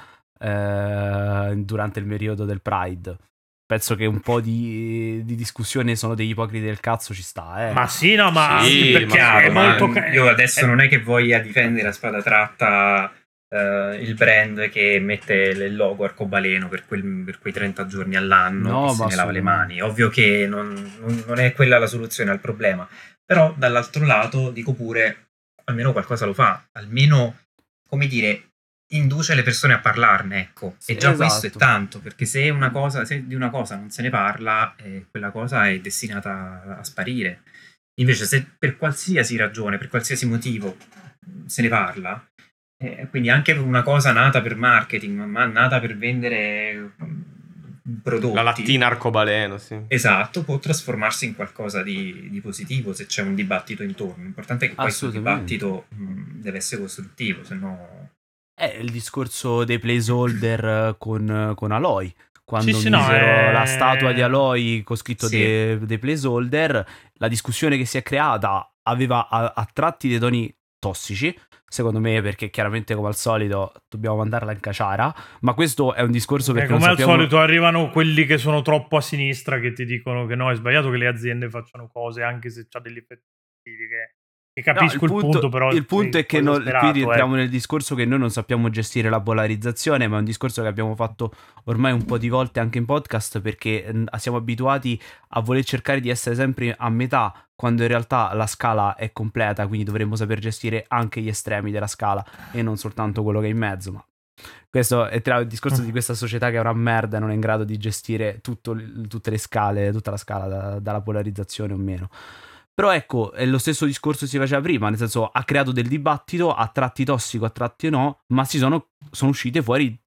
eh, durante il periodo del Pride. Penso che un po' di, di discussione sono degli ipocriti del cazzo ci sta, eh. Ma sì, no, ma Sì, perché ma è Chiaro, ma molto... ca- io adesso è- non è che voglia difendere a spada tratta eh, il brand che mette il logo arcobaleno per, quel- per quei trenta giorni all'anno No, che se ma ne lava le assolutamente. mani. Ovvio che non, non- non è quella la soluzione al problema, però dall'altro lato dico pure, almeno qualcosa lo fa, almeno, come dire, induce le persone a parlarne, ecco. Sì, E già esatto. questo è tanto, perché se una cosa, se di una cosa non se ne parla, eh, quella cosa è destinata a sparire. Invece se per qualsiasi ragione, per qualsiasi motivo se ne parla, eh, quindi anche per una cosa nata per marketing, ma nata per vendere mm, prodotti, La lattina arcobaleno, sì. esatto, può trasformarsi in qualcosa di, di positivo se c'è un dibattito intorno. L'importante è che poi questo Assolutamente. dibattito mh, deve essere costruttivo, se no... È il discorso dei placeholder con, con Aloy. Quando Sì, sì, no, misero è- la statua di Aloy con scritto Sì. dei, dei placeholder, la discussione che si è creata aveva a, a tratti dei toni tossici, secondo me, perché chiaramente come al solito dobbiamo mandarla in caciara, ma questo è un discorso Eh, perché come non al sappiamo... solito arrivano quelli che sono troppo a sinistra che ti dicono che no, è sbagliato che le aziende facciano cose anche se c'ha degli effetti positivi, che, che No, capisco il punto, però il punto è che poi noi- esasperato, qui rientriamo eh. nel discorso che noi non sappiamo gestire la polarizzazione, ma è un discorso che abbiamo fatto ormai un po' di volte anche in podcast, perché eh, siamo abituati a voler cercare di essere sempre a metà, quando in realtà la scala è completa, quindi dovremmo saper gestire anche gli estremi della scala e non soltanto quello che è in mezzo. Ma questo è tra il discorso di questa società che è una merda e non è in grado di gestire tutto, tutte le scale, tutta la scala da- dalla polarizzazione o meno. Però ecco, è lo stesso discorso che si faceva prima, nel senso ha creato del dibattito, a tratti tossico, a tratti no, ma si sono, sono uscite fuori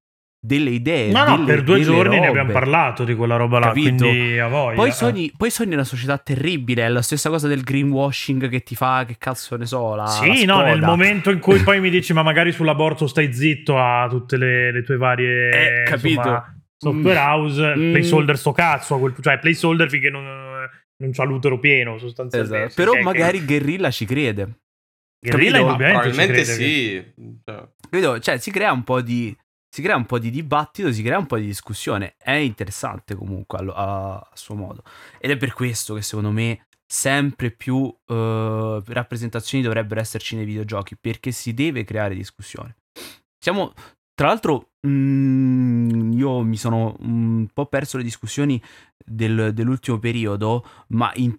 delle idee. No, no, delle, per due delle giorni ne robe. abbiamo parlato di quella roba là, Capito? quindi a voglia. Poi eh. Sony, poi Sony è una società terribile, è la stessa cosa del greenwashing che ti fa, che cazzo ne so, la, Sì, la no, nel Skoda. momento in cui poi mi dici ma magari sull'aborto stai zitto a tutte le, le tue varie Eh, capito. insomma, software Mm. house, Mm. placeholder sto cazzo, a quel- cioè placeholder finché non, non c'ha l'utero pieno sostanzialmente. Esatto. Però Che- magari che- Guerrilla ci crede. Guerrilla capito? Ma indubbiamente ci probabilmente crede che- sì. Cioè, Capito? Cioè, si crea un po' di. Si crea un po' di dibattito, si crea un po' di discussione. È interessante comunque a, a- a suo modo. Ed è per questo che secondo me sempre più eh, rappresentazioni dovrebbero esserci nei videogiochi, perché si deve creare discussione. Siamo, tra l'altro, mm, io mi sono un po' perso le discussioni del- dell'ultimo periodo, ma in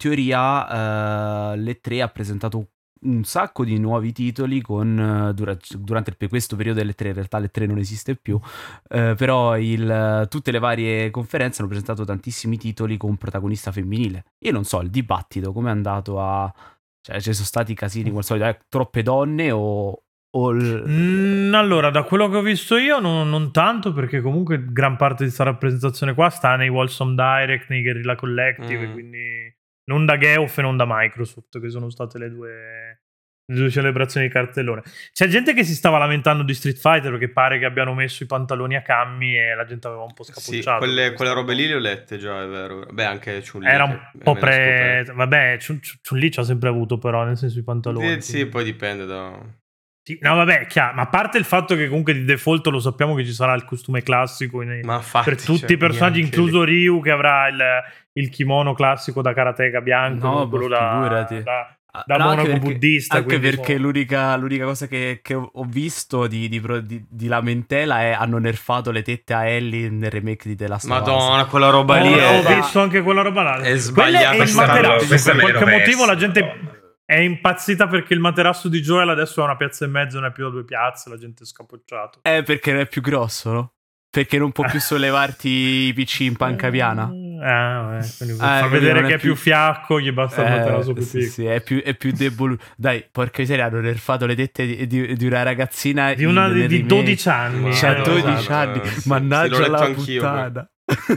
teoria eh, l'E tre ha presentato un sacco di nuovi titoli con eh, dura- durante il- questo periodo delle tre, in realtà le tre non esiste più, eh, però il- tutte le varie conferenze hanno presentato tantissimi titoli con protagonista femminile. Io non so il dibattito come è andato a, cioè ci sono stati casini come al solito, eh, troppe donne o, o il- Mm, allora, da quello che ho visto io, non, non tanto, perché comunque gran parte di questa rappresentazione qua sta nei Wholesome Direct, nei Guerrilla Collective, Mm. quindi non da Geoff e non da Microsoft, che sono state le due, le due celebrazioni di cartellone. C'è gente che si stava lamentando di Street Fighter perché pare che abbiano messo i pantaloni a cammi e la gente aveva un po' sì, scapocciato. quelle, per quelle questa robe cosa. lì le ho lette già, è vero. Beh, anche Chun-Li. Era che un è po' meno pre... scoperta. Vabbè, Chun- Chun-Li ci ha sempre avuto però, nel senso i pantaloni. Sì, sì, quindi- poi dipende da... Sì, no, vabbè, è chiaro, ma a parte il fatto che comunque di default lo sappiamo che ci sarà il costume classico in- Ma infatti, per tutti cioè, i personaggi, neanche incluso Ryu che avrà il, il kimono classico da karateka bianco, No, non quello ma da, figurati. da, Ah, da no, anche monaco perché- buddista. Anche quindi perché sono- l'unica, l'unica cosa che, che ho visto di, di, pro- di- di lamentela è hanno nerfato le tette a Ellie nel remake di The Last of Us. Madonna, quella roba Oh, lì ho è... visto anche quella roba là. È Quello sbagliata è il questa materasso. roba. Questa Per me l'ero qualche motivo persa, la gente Madonna. è impazzita perché il materasso di Joel adesso è una piazza e mezzo, non è più da due piazze, la gente è scapocciata. Eh, perché non è più grosso, no? Perché non può più sollevarti i P C in panca piana. Ah, eh, quindi per Ah, far capito, vedere non che è è più più- fiacco, gli basta il Eh, materasso più sì, piccolo. sì, è più, è più debole. Dai, porca miseria, hanno nerfato le tette di, di- di una ragazzina Di una in- di, nel di remake. dodici anni. C'ha eh, dodici esatto. anni, Eh, sì, sì, mannaggia l'ho letto la anch'io, puttana.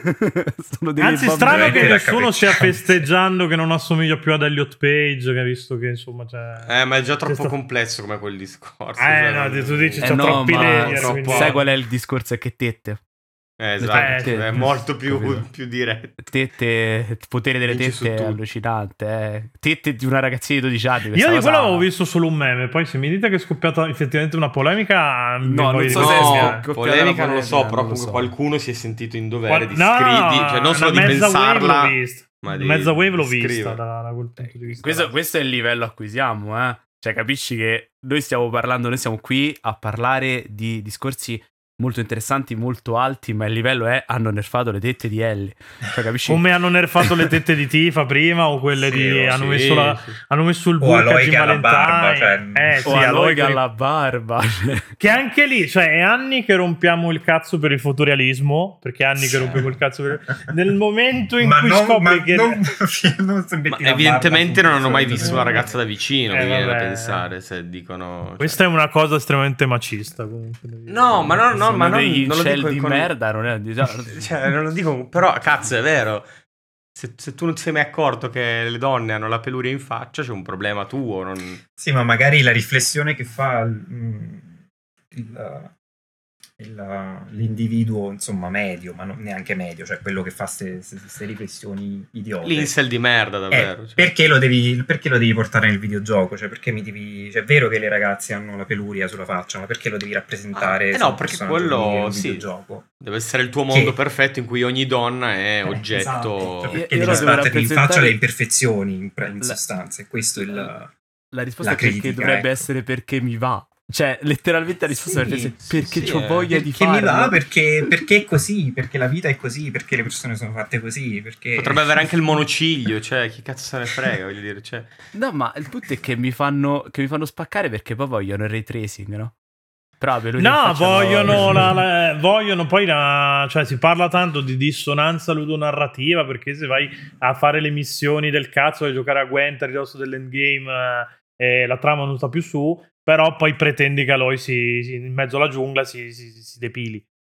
Sono delle Anzi, bambine. strano che Veramente nessuno stia raccapricciante. festeggiando che non assomiglia più ad Elliot Page, che visto che insomma c'è... Eh, ma è già troppo c'è sta- complesso come quel discorso. Eh, cioè, no, non- tu dici Eh c'ha no, troppi ma layer, troppo- quindi- sai qual è il discorso? È che tette. Eh, esatto, Eh, è sì. molto più, Capito. più diretto. Tette, il potere delle Vinci su tette è tutto. allucinante. Eh. Tette di una ragazzina di dodici anni. Io questa di cosa- quello avevo visto solo un meme, poi se mi dite che è scoppiata effettivamente una polemica, mi No, voglio non so di se è bestemmiare. scoppiata polemica la non lo so, polemica, però non lo comunque so. qualcuno si è sentito in dovere Qual- di no, scrivere, no, cioè non solo una di mezza wave pensarla, l'ho vista. ma di Mezza wave l'ho di vista scrivere. da, da quel punto di vista. Questo, questo è il livello a cui siamo, eh. Cioè, capisci che noi stiamo parlando, noi siamo qui a parlare di discorsi molto interessanti, molto alti, ma il livello è hanno nerfato le tette di Ellie. Cioè, capisci? Come hanno nerfato le tette di Tifa prima o quelle Sì, di... oh, hanno, sì, messo la, sì. hanno messo il O burka Aloy Jim che ha la barba, Valentine. cioè- Eh sì, O Aloy Aloy che che ha li- la barba. Che anche lì, cioè, è anni che rompiamo il cazzo per il fotorialismo, perché è anni che rompiamo il cazzo per... Nel momento in Ma cui non, scopri ma che... non, non si Ma metti la evidentemente barba non hanno mai subito, visto cioè. una ragazza da vicino, Eh, mi viene da vabbè. pensare, se dicono... cioè- Questa è una cosa estremamente macista comunque. No, ma no, no, Sono ma non, degli non lo incel dico di con- merda, non è Cioè, non lo dico, però cazzo, è vero. Se, se tu non ti sei mai accorto che le donne hanno la peluria in faccia, c'è un problema tuo. Non... Sì, ma magari la riflessione che fa mm, il- il- l'individuo, insomma, medio, ma non neanche medio, cioè quello che fa queste riflessioni idiote. L'insel di merda, Eh, davvero. cioè. perché, lo devi, perché lo devi portare nel videogioco? Cioè, perché mi devi. Cioè, è vero che le ragazze hanno la peluria sulla faccia, ma perché lo devi rappresentare? Ah, eh su no, un perché personaggio quello, femminile in un sì. videogioco? Deve essere il tuo mondo Che- perfetto in cui ogni donna è Eh, oggetto. esatto, cioè, Io- perché io devi lo devo sbattermi in rappresentare- faccia le imperfezioni in, in La- sostanza, e questo è il. La risposta La è perché critica, dovrebbe ecco. essere perché mi va. Cioè, letteralmente la risposta Sì, dovrebbe essere sì, perché sì, c'ho eh. voglia di Perché farlo. mi va, perché, perché è così, perché la vita è così, perché le persone sono fatte così, perché... Potrebbe avere anche il monociglio, cioè, chi cazzo se ne frega, voglio dire, cioè. No, ma il punto è che mi fanno, che mi fanno spaccare perché poi vogliono il ray tracing, no? Proprio lui No, vogliono, la, la- vogliono poi la, cioè si parla tanto di dissonanza ludonarrativa, perché se vai a fare le missioni del cazzo e giocare a Gwent a ridosso dell'endgame eh, la trama non sta più su, però poi pretendi che Aloy si, si- in mezzo alla giungla si, si- si depili.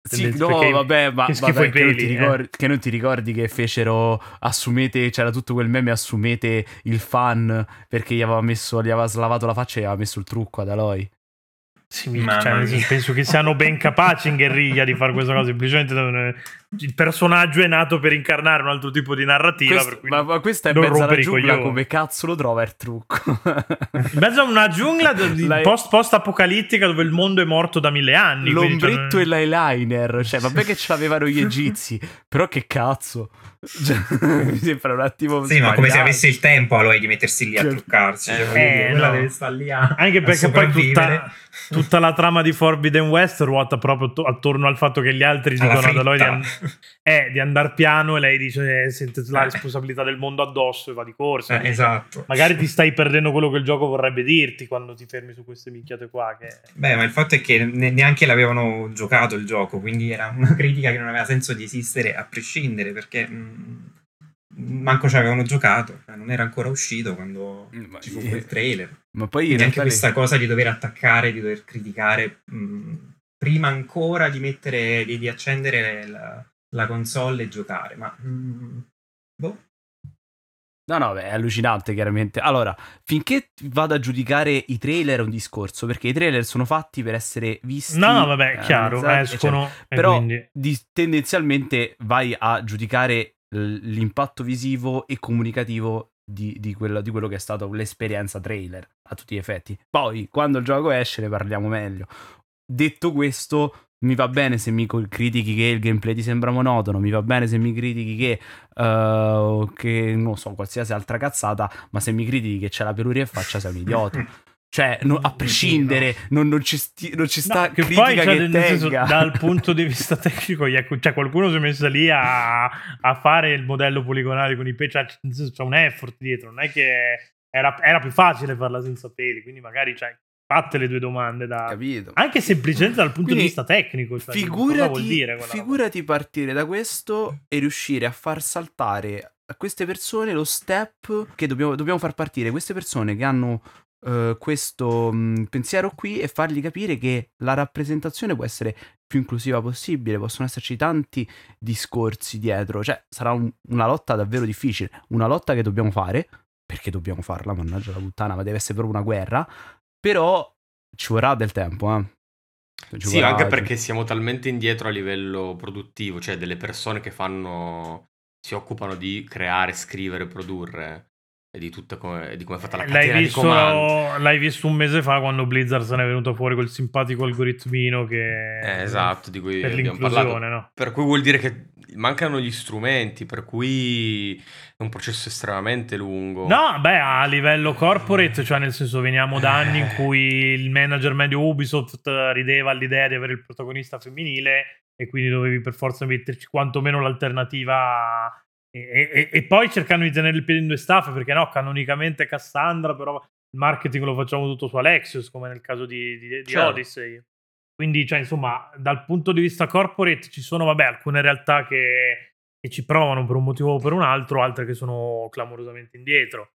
Sì, Tendenza- no, perché- vabbè, ma, che ma schifo dai, i che, non peli, ti eh. ricordi, che non ti ricordi che fecero assumete, c'era tutto quel meme assumete il fan perché gli aveva messo, gli aveva slavato la faccia e gli aveva messo il trucco ad Aloy. Sì, mi- Mamma cioè, nel senso, mia. penso che siano ben capaci in guerriglia di fare questa cosa. Semplicemente devono- il personaggio è nato per incarnare un altro tipo di narrativa. Questo- per cui ma, ma questa è non mezza la rompere i giungla, coglioni. come cazzo lo trova il trucco? In mezzo a una giungla di L'hai- post, post-apocalittica dove il mondo è morto da mille anni. quindi, cioè, L'ombretto e l'eyeliner, cioè vabbè che ce l'avevano gli egizi, però che cazzo. Cioè, mi sembra un attimo Sì, ma come se sbagliato. avesse il tempo Aloy di mettersi lì a Che- truccarsi. Cioè, Eh, voglio dire, quella no. deve stare lì a, Anche a perché poi sopravvivere. tutta, tutta la trama di Forbidden West ruota proprio to- attorno al fatto che gli altri Alla dicono ad Aloy di, fritta. an- eh, di andare piano e lei dice eh, sente la Eh. responsabilità del mondo addosso e va di corsa. Eh, esatto. Magari ti stai perdendo quello che il gioco vorrebbe dirti quando ti fermi su queste minchiate qua. Che... Beh, ma il fatto è che ne- neanche l'avevano giocato il gioco, quindi era una critica che non aveva senso di esistere a prescindere, perché mh, manco ci avevano giocato, cioè, non era ancora uscito quando Ma- ci fu quel trailer. Ma poi in Quindi anche realtà questa cosa di dover attaccare, di dover criticare, mh, prima ancora di mettere, di, di accendere la, la console e giocare, ma mh, boh. No, no, beh, è allucinante chiaramente. Allora, finché vado a giudicare i trailer è un discorso, perché i trailer sono fatti per essere visti. No, no, vabbè, eh, chiaro, analizzati, escono eccetera. e Però quindi... di- tendenzialmente vai a giudicare l- l'impatto visivo e comunicativo di, di quello, di quello che è stato l'esperienza trailer, a tutti gli effetti. Poi, quando il gioco esce, ne parliamo meglio. Detto questo, mi va bene se mi co- critichi che il gameplay ti sembra monotono, mi va bene se mi critichi che, uh, che non so, qualsiasi altra cazzata, ma se mi critichi che c'è la peluria in faccia sei un idiota. Cioè, no- a prescindere, non, non ci, sti- non ci sta No, che critica poi, cioè, che nel senso, tenga. dal punto di vista tecnico, gli è- cioè, qualcuno si è messo lì a, a fare il modello poligonale con i peli, cioè, nel senso, c'è un effort dietro, non è che era, era più facile farla senza peli, quindi magari, cioè, fatte le due domande da... Capito? Anche semplicemente dal punto Quindi, di vista tecnico, cioè, cosa Figurati, vuol dire quella roba? figurati partire da questo e riuscire a far saltare a queste persone lo step che dobbiamo, dobbiamo far partire queste persone che hanno eh, questo mh, pensiero qui e fargli capire che la rappresentazione può essere più inclusiva possibile, possono esserci tanti discorsi dietro, cioè sarà un- una lotta davvero difficile, una lotta che dobbiamo fare, perché dobbiamo farla, mannaggia la puttana, ma deve essere proprio una guerra, però ci vorrà del tempo, eh. Ci Sì, vorrà- anche perché siamo talmente indietro a livello produttivo, cioè delle persone che fanno, si occupano di creare, scrivere, produrre e di tutta come, e di come è fatta la L'hai catena di comando. visto, l'hai visto un mese fa quando Blizzard se ne è venuto fuori col simpatico algoritmino che... Eh, esatto, di cui per abbiamo l'inclusione, parlato. no? Per cui vuol dire che mancano gli strumenti, per cui è un processo estremamente lungo. No, beh, a livello corporate, cioè nel senso veniamo da anni in cui il manager medio Ubisoft rideva all'idea di avere il protagonista femminile e quindi dovevi per forza metterci quantomeno l'alternativa e, e- e poi cercando di tenere il piede in due staffe, perché no, canonicamente Cassandra, però il marketing lo facciamo tutto su Alexios, come nel caso di, di, di Certo. Odyssey. Quindi, cioè, insomma, dal punto di vista corporate ci sono, vabbè, alcune realtà che, che ci provano per un motivo o per un altro, altre che sono clamorosamente indietro.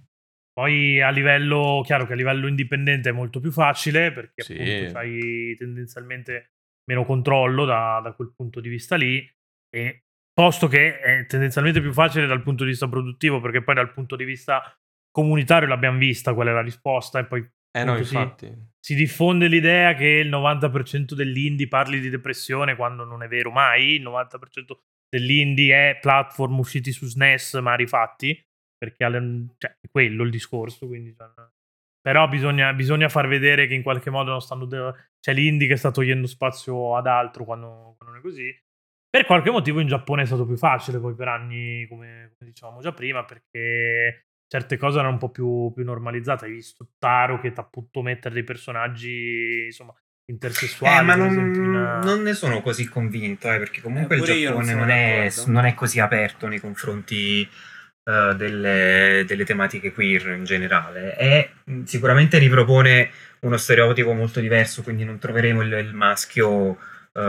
Poi a livello, chiaro che a livello indipendente è molto più facile, perché Sì. appunto hai tendenzialmente meno controllo da, da quel punto di vista lì, e posto che è tendenzialmente più facile dal punto di vista produttivo, perché poi dal punto di vista comunitario l'abbiamo vista qual è la risposta, e poi Eh no, appunto, sì, infatti. si diffonde l'idea che il novanta per cento dell'indie parli di depressione quando non è vero mai. Il novanta per cento dell'indie è platform usciti su S N E S ma rifatti, perché alle- cioè, è quello il discorso, quindi, cioè, però bisogna, bisogna far vedere che in qualche modo non stanno de- c'è l'indie che sta togliendo spazio ad altro quando, quando non è così. Per qualche motivo in Giappone è stato più facile poi per anni, come, come dicevamo già prima, perché certe cose erano un po' più, più normalizzate. Hai visto Taro che ti appunto mettere dei personaggi, insomma, intersessuali, Eh, ma per non, esempio, in, uh, non ne sono così convinto, eh, perché comunque Eh, il pure io non Giappone sono non è, d'accordo. non è così aperto nei confronti eh, delle, delle tematiche queer in generale. E mh, sicuramente ripropone uno stereotipo molto diverso, quindi non troveremo il, il maschio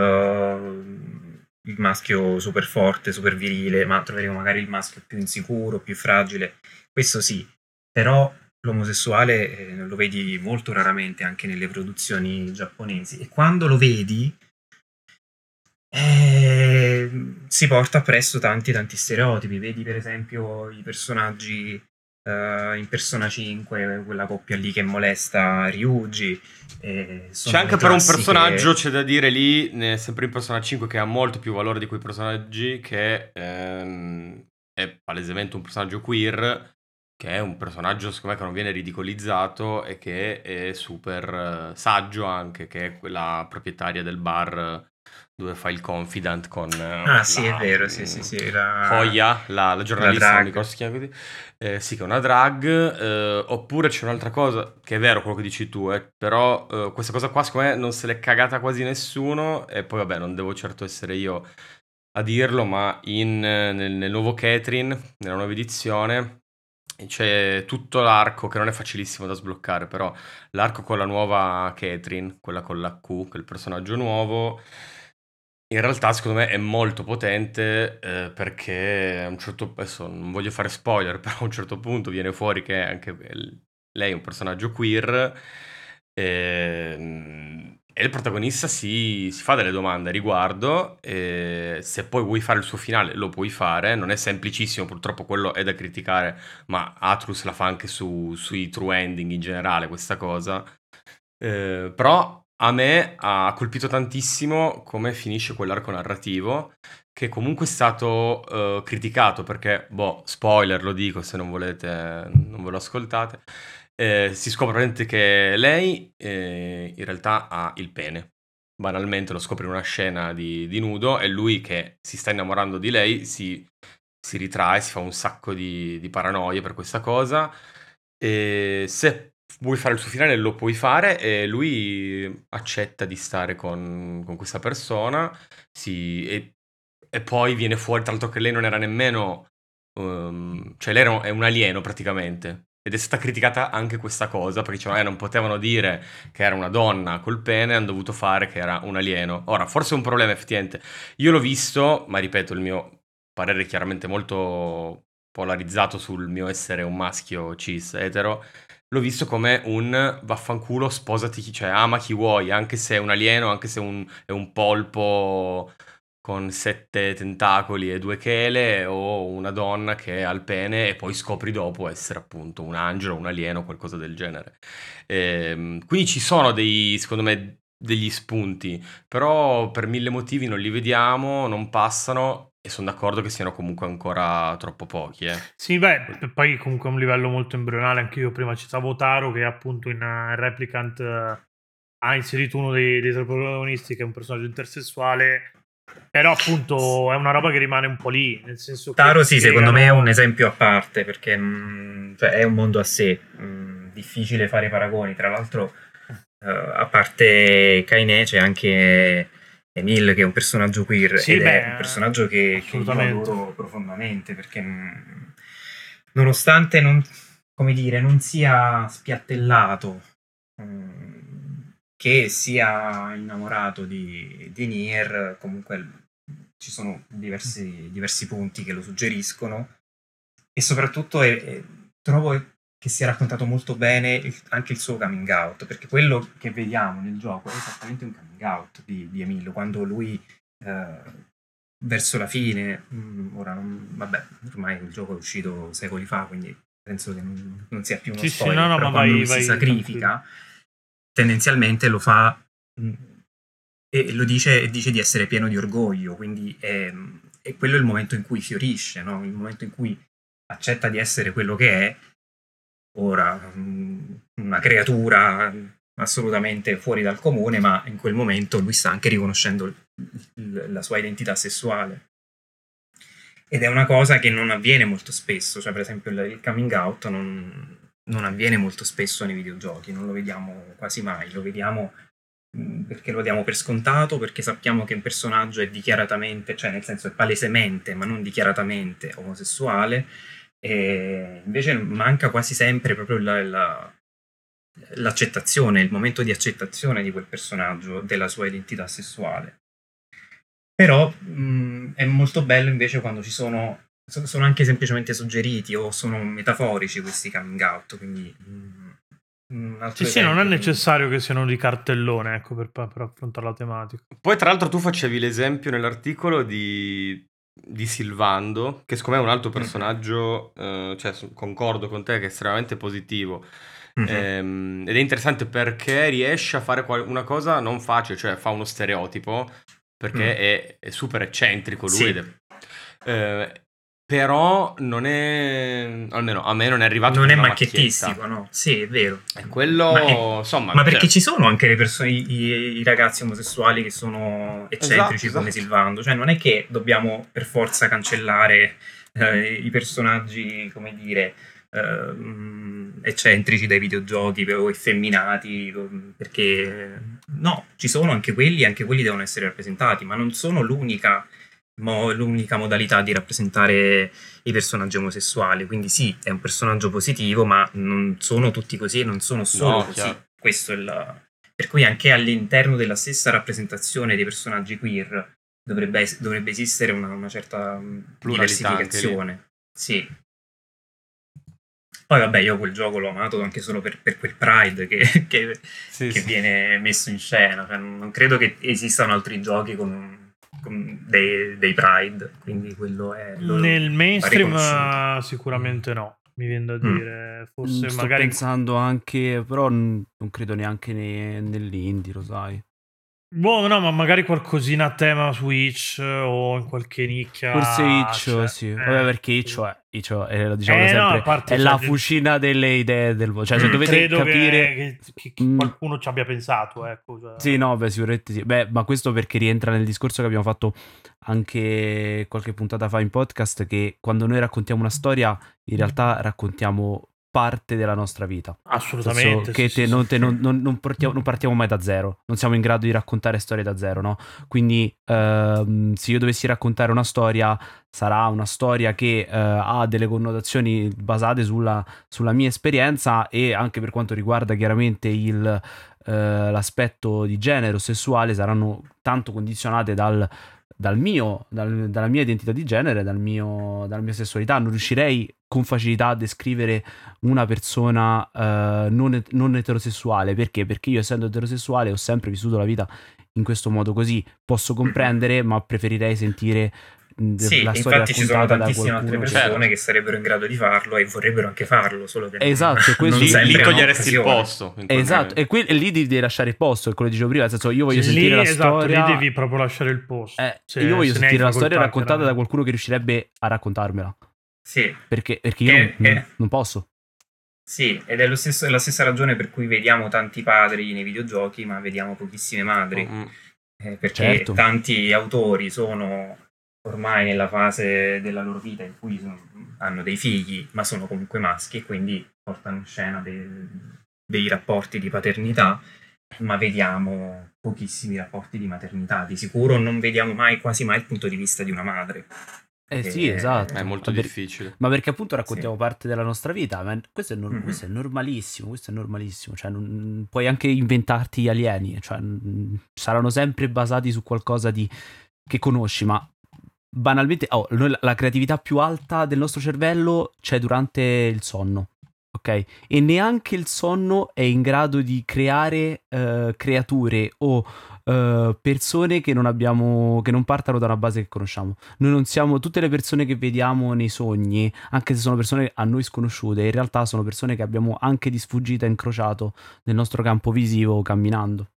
eh, il maschio super forte, super virile, ma troveremo magari il maschio più insicuro, più fragile. Questo sì, però l'omosessuale eh, lo vedi molto raramente anche nelle produzioni giapponesi, e quando lo vedi eh, si porta appresso tanti tanti stereotipi. Vedi per esempio i personaggi uh, in Persona cinque, quella coppia lì che molesta Ryuji. Eh, c'è anche per un personaggio, c'è da dire lì, ne- sempre in Persona cinque, che ha molto più valore di quei personaggi, che ehm, è palesemente un personaggio queer, che è un personaggio secondo me che non viene ridicolizzato e che è super eh, saggio anche, che è quella proprietaria del bar eh, dove fa il confidant con eh, Ah sì, è la, vero, sì, sì, sì. La... Hoya, la, la giornalista, drag. non mi ricordo se si chiama così. Eh, sì, che è una drag. eh, oppure c'è un'altra cosa, che è vero quello che dici tu, eh, però eh, questa cosa qua secondo me non se l'è cagata quasi nessuno, e poi vabbè, non devo certo essere io a dirlo, ma in, nel, nel nuovo Catherine, nella nuova edizione, c'è tutto l'arco che non è facilissimo da sbloccare, però l'arco con la nuova Catherine, quella con la Q, che è il personaggio nuovo, in realtà secondo me è molto potente, eh, perché a un certo adesso non voglio fare spoiler, però a un certo punto viene fuori che anche l- lei è un personaggio queer, ehm, e il protagonista si, si fa delle domande a riguardo, e se poi vuoi fare il suo finale lo puoi fare, non è semplicissimo, purtroppo quello è da criticare, ma Atlus la fa anche su, sui true ending in generale questa cosa. Eh, però a me ha colpito tantissimo come finisce quell'arco narrativo, che comunque è stato eh, criticato perché, boh, spoiler lo dico se non volete, non ve lo ascoltate, eh, si scopre praticamente che lei eh, in realtà ha il pene. Banalmente lo scopre in una scena di, di nudo, e lui che si sta innamorando di lei si, si ritrae, si fa un sacco di, di paranoie per questa cosa. E se vuoi fare il suo finale lo puoi fare, e lui accetta di stare con, con questa persona, si- e, e poi viene fuori tra l'altro che lei non era nemmeno, um, cioè lei era, è un alieno praticamente, ed è stata criticata anche questa cosa, perché dicevano, eh, non potevano dire che era una donna col pene, hanno dovuto fare che era un alieno. Ora, forse è un problema effettivamente, io l'ho visto, ma ripeto, il mio parere è chiaramente molto polarizzato sul mio essere un maschio cis etero, l'ho visto come un vaffanculo, sposati chi, cioè ama chi vuoi, anche se è un alieno, anche se è un, è un polpo con sette tentacoli e due chele, o una donna che ha il pene e poi scopri dopo essere appunto un angelo, un alieno, qualcosa del genere. Ehm, quindi ci sono dei, secondo me, degli spunti, però per mille motivi non li vediamo, non passano, e sono d'accordo che siano comunque ancora troppo pochi, eh. Sì, beh, p- poi comunque è un livello molto embrionale. Anche io prima citavo Taro, che appunto in uh, Replicant uh, ha inserito uno dei, dei tre protagonisti, che è un personaggio intersessuale. Però appunto è una roba che rimane un po' lì, nel senso che Taro sì, secondo me è spiegano- un esempio a parte, perché mh, cioè, è un mondo a sé, mh, difficile fare paragoni. Tra l'altro, eh, a parte Kainé c'è anche Emil, che è un personaggio queer, Sì, ed beh, è un personaggio che, che io assolutamente. adoro profondamente, perché mh, nonostante non, come dire, non sia spiattellato, mh, che sia innamorato di, di Nier, comunque ci sono diversi, diversi punti che lo suggeriscono, e soprattutto è- è- trovo che sia raccontato molto bene il- anche il suo coming out, perché quello che vediamo nel gioco è esattamente un coming out di, di Emilio, quando lui eh, verso la fine, mh, ora non- vabbè, ormai il gioco è uscito secoli fa, quindi penso che non, non sia più uno Sì, sì, spoiler, no, no, però ma quando vai, lui si vai sacrifica tendenzialmente lo fa, mh, e lo dice, e dice di essere pieno di orgoglio, quindi è, è quello il momento in cui fiorisce, no? Il momento in cui accetta di essere quello che è, ora mh, una creatura assolutamente fuori dal comune, ma in quel momento lui sta anche riconoscendo il- il- la sua identità sessuale. Ed è una cosa che non avviene molto spesso, cioè per esempio il, il coming out non, non avviene molto spesso nei videogiochi, non lo vediamo quasi mai, lo vediamo mh, perché lo diamo per scontato, perché sappiamo che un personaggio è dichiaratamente, cioè nel senso è palesemente, ma non dichiaratamente omosessuale, e invece manca quasi sempre proprio la, la- l'accettazione, il momento di accettazione di quel personaggio, della sua identità sessuale. Però mh, è molto bello invece quando ci sono, so- sono anche semplicemente suggeriti o sono metaforici questi coming out, quindi mh, mh, un altro Sì, sì, non è esempio. necessario che siano di cartellone, ecco, per, per affrontare la tematica. Poi, tra l'altro, tu facevi l'esempio nell'articolo di, di Silvando, che secondo me è un altro Mhm. personaggio, eh, cioè su- concordo con te, che è estremamente positivo. Mhm. Ehm, ed è interessante perché riesce a fare qual- una cosa non facile, cioè fa uno stereotipo, perché Mm. è, è super eccentrico lui. Sì. ed è- eh, però non è, almeno a me non è arrivato Non con è una macchiettistico, macchietta. no? Sì, è vero. E quello, Ma, è- insomma, ma perché cioè- ci sono anche le persone, i, i ragazzi omosessuali che sono eccentrici Esatto, come esatto. Silvando, cioè non è che dobbiamo per forza cancellare eh, i personaggi, come dire, ehm, eccentrici dai videogiochi o effeminati, perché no, ci sono anche quelli, e anche quelli devono essere rappresentati, ma non sono l'unica, mo- l'unica modalità di rappresentare i personaggi omosessuali. Quindi sì, è un personaggio positivo, ma non sono tutti così e non sono solo No, così. chiaro. Questo è il... Per cui anche all'interno della stessa rappresentazione dei personaggi queer dovrebbe, es- dovrebbe esistere una, una certa mh, Pluralità anche lì. diversificazione. Sì. Poi vabbè, io quel gioco l'ho amato anche solo per, per quel pride che, che- Sì, che sì. viene messo in scena. Cioè, non credo che esistano altri giochi con, con dei, dei pride, quindi quello è... lo- Nel va mainstream riconosciuto. eh, sicuramente no, mi viene da Mm. dire. Mm, Forse sto magari... pensando anche, però n- non credo neanche ne- nell'indie, lo sai. Boh, no, ma magari qualcosina a tema Switch o in qualche nicchia. Forse Itch, Cioè, sì. eh, Vabbè, perché Itch è, Itch è, diciamo Eh, no, sempre, a parte, è cioè, la de- fucina delle idee del mondo. Cioè, se Mm. dovete credo capire... che, che- che Mm, qualcuno ci abbia pensato, ecco. Cioè. sì, no, beh, sicuramente sì. Beh, ma questo perché rientra nel discorso che abbiamo fatto anche qualche puntata fa in podcast, che quando noi raccontiamo una storia, in realtà raccontiamo parte della nostra vita. Nel senso Assolutamente, che sì, te- sì, non, sì. te- non- non- non partiamo, non partiamo mai da zero, non siamo in grado di raccontare storie da zero, no? Quindi ehm, se io dovessi raccontare una storia, sarà una storia che eh, ha delle connotazioni basate sulla, sulla mia esperienza, e anche per quanto riguarda chiaramente il, eh, l'aspetto di genere o sessuale, saranno tanto condizionate dal, dal mio, dal- dalla mia identità di genere, dal mio, dalla mia sessualità. Non riuscirei con facilità a descrivere una persona eh, non, non eterosessuale. Perché? Perché io, essendo eterosessuale, ho sempre vissuto la vita in questo modo così. Posso comprendere, ma preferirei sentire mh, Sì, la storia infatti ci sono raccontata da tantissime altre qualcuno che... persone Certo. che sarebbero in grado di farlo e vorrebbero anche farlo, solo che non- Esatto, e questo- non Lì, sempre lì hanno toglieresti il occasione. posto. in quel Esatto, momento. e, qui, e lì devi lasciare il posto, è quello che dicevo prima, nel senso io voglio Lì, sentire la esatto, storia... lì devi proprio lasciare il posto. Eh, se- io voglio se ne hai sentire la storia facoltà, raccontata da chiaramente. qualcuno che riuscirebbe a raccontarmela. Sì, Perché, perché io Che- non, che- non posso. sì, ed è lo stesso- è la stessa ragione per cui vediamo tanti padri nei videogiochi, ma vediamo pochissime madri. Mm. Eh, perché Certo. tanti autori sono ormai nella fase della loro vita in cui sono- hanno dei figli, ma sono comunque maschi, e quindi portano in scena dei, dei rapporti di paternità, ma vediamo pochissimi rapporti di maternità. Di sicuro non vediamo mai, quasi mai, il punto di vista di una madre. Eh sì, Eh, esatto. È molto Ma per- difficile. Ma perché appunto raccontiamo Sì. parte della nostra vita, ma questo è, nor- Mhm. questo è normalissimo, questo è normalissimo, cioè non- puoi anche inventarti gli alieni, cioè mm, saranno sempre basati su qualcosa di, che conosci, ma banalmente oh, noi la, la creatività più alta del nostro cervello c'è durante il sonno, ok? E neanche il sonno è in grado di creare eh, creature o eh, persone che non abbiamo, che non partano da una base che conosciamo. Noi non siamo, tutte le persone che vediamo nei sogni, anche se sono persone a noi sconosciute, in realtà sono persone che abbiamo anche di sfuggita incrociato nel nostro campo visivo camminando.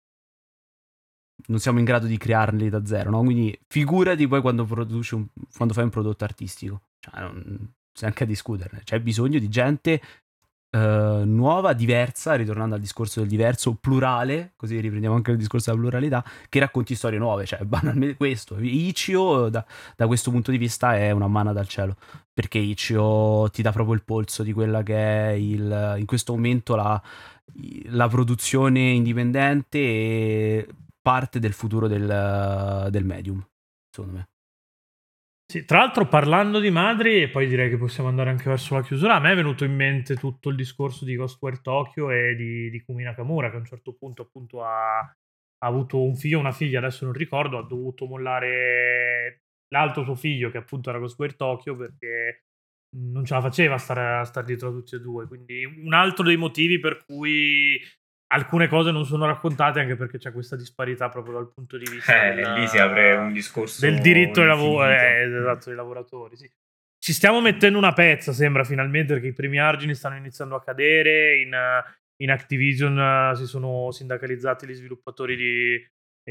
Non siamo in grado di crearli da zero, no? Quindi figurati poi quando produci un, quando fai un prodotto artistico. Cioè, non c'è anche a discuterne. C'è bisogno di gente eh, nuova, diversa, ritornando al discorso del diverso, plurale, così riprendiamo anche il discorso della pluralità, che racconti storie nuove. Cioè, banalmente questo. Ichio, da, da questo punto di vista, è una manna dal cielo. Perché Ichio ti dà proprio il polso di quella che è il, in questo momento la, la produzione indipendente e parte del futuro del, del medium, secondo me. Sì, tra l'altro, parlando di madri, e poi direi che possiamo andare anche verso la chiusura, a me è venuto in mente tutto il discorso di Ghostwire Tokyo e di, di Kumi Nakamura, che a un certo punto appunto ha, ha avuto un figlio o una figlia, adesso non ricordo, ha dovuto mollare l'altro suo figlio, che appunto era Ghostwire Tokyo, perché non ce la faceva a stare, a stare dietro a tutti e due, quindi un altro dei motivi per cui alcune cose non sono raccontate, anche perché c'è questa disparità proprio dal punto di vista Eh, del, lì si apre un discorso del diritto ai lavoro, infinito. eh, esatto, dei lavoratori, sì. Ci stiamo mettendo una pezza, sembra, finalmente, perché i primi argini stanno iniziando a cadere. In, in Activision uh, si sono sindacalizzati gli sviluppatori di...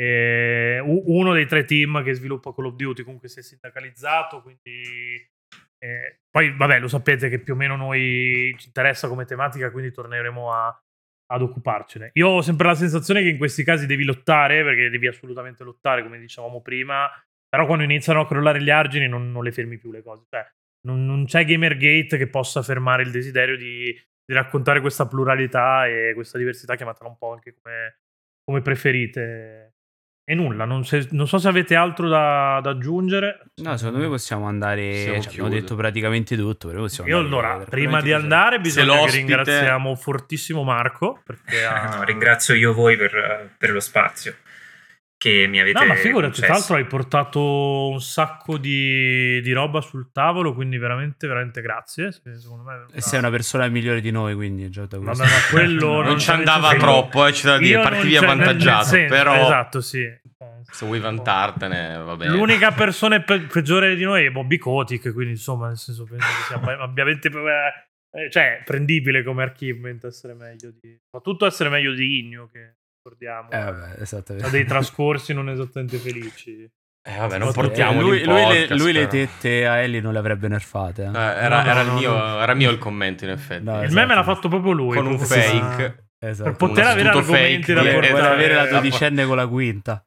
Eh, uno dei tre team che sviluppa Call of Duty comunque si è sindacalizzato, quindi... Eh, poi, vabbè, lo sapete che più o meno noi ci interessa come tematica, quindi torneremo a, ad occuparcene. Io ho sempre la sensazione che in questi casi devi lottare, perché devi assolutamente lottare, come dicevamo prima, però quando iniziano a crollare gli argini non, non le fermi più le cose. Cioè, non, non c'è Gamergate che possa fermare il desiderio di, di raccontare questa pluralità e questa diversità, chiamatela un po' anche come, come preferite. E nulla, non, se, non so se avete altro da, da aggiungere. No, secondo me possiamo andare. Possiamo Cioè, abbiamo chiudere. detto praticamente tutto. Però possiamo Io andare allora, per- prima di per- andare, bisogna che l'ospite- ringraziamo fortissimo Marco, perché ha... No, ringrazio io voi per, per lo spazio che mi avete No, ma figurati, tra concesso. l'altro hai portato un sacco di, di roba sul tavolo, quindi veramente, veramente grazie. se- Secondo me... E sei una persona migliore di noi, quindi già da Vabbè, questo. ma quello Non, non ci c'è andava necessità. troppo, eh, c'è da dire, Io non partivi c'è- nel- avvantaggiato, nel senso, però esatto, sì. se vuoi vantartene, va bene. L'unica persona pe- peggiore di noi è Bobby Kotick, quindi insomma, nel senso, penso che sia abba- ovviamente eh, cioè, prendibile come achievement essere meglio di... soprattutto essere meglio di Igno, che ricordiamo Eh, vabbè, esattamente. ha dei trascorsi non esattamente felici. Eh, vabbè, non Eh, portiamo lui, in lui le, podcast, lui le però. tette a Ellie non le avrebbe nerfate. eh. Eh, era, No, no, era no, il mio, no. era mio il commento, in effetti. No, Il esatto. meme l'ha fatto proprio lui. Con un proprio fake. Esatto. per poter un avere astuto argomenti fake da di- Vuole portare. vuole avere la Eh, dodicenne con la quinta.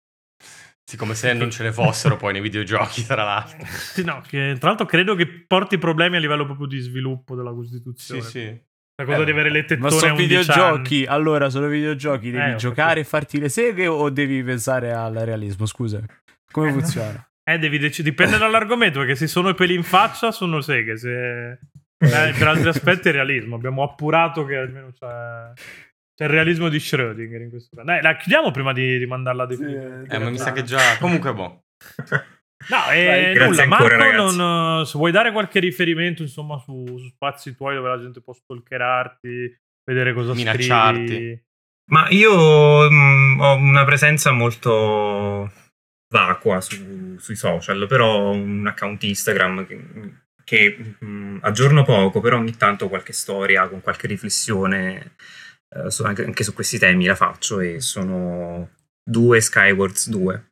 Sì, come se non ce ne fossero poi nei videogiochi, tra l'altro. Sì, no, che tra l'altro credo che porti problemi a livello proprio di sviluppo della Sì, Costituzione. sì. La cosa Eh, di avere le tettone Ma sono a undici videogiochi. Allora, sono videogiochi. Devi Eh, ho giocare capito. e farti le seghe o devi pensare al realismo? Scusa. Come Eh, no. funziona? Eh, devi decidere, dipende dall'argomento, perché se sono i peli in faccia sono seghe, se eh, per altri aspetti è realismo. Abbiamo appurato che almeno c'è, c'è il realismo di Schrödinger in questo caso. Dai, la chiudiamo prima di, di mandarla a definire. Eh, ma mi sa che già... Comunque, boh. No, eh, Vai, grazie nulla. ancora, Marco, ragazzi. non, se vuoi dare qualche riferimento, insomma, su, su spazi tuoi dove la gente può stalkerarti, vedere cosa Minacciarti. scrivi. Ma io mh, ho una presenza molto vacua su- sui social, però ho un account Instagram che, che mh, aggiorno poco, però ogni tanto qualche storia con qualche riflessione eh, su- anche, anche su questi temi la faccio, e sono due Skywards due.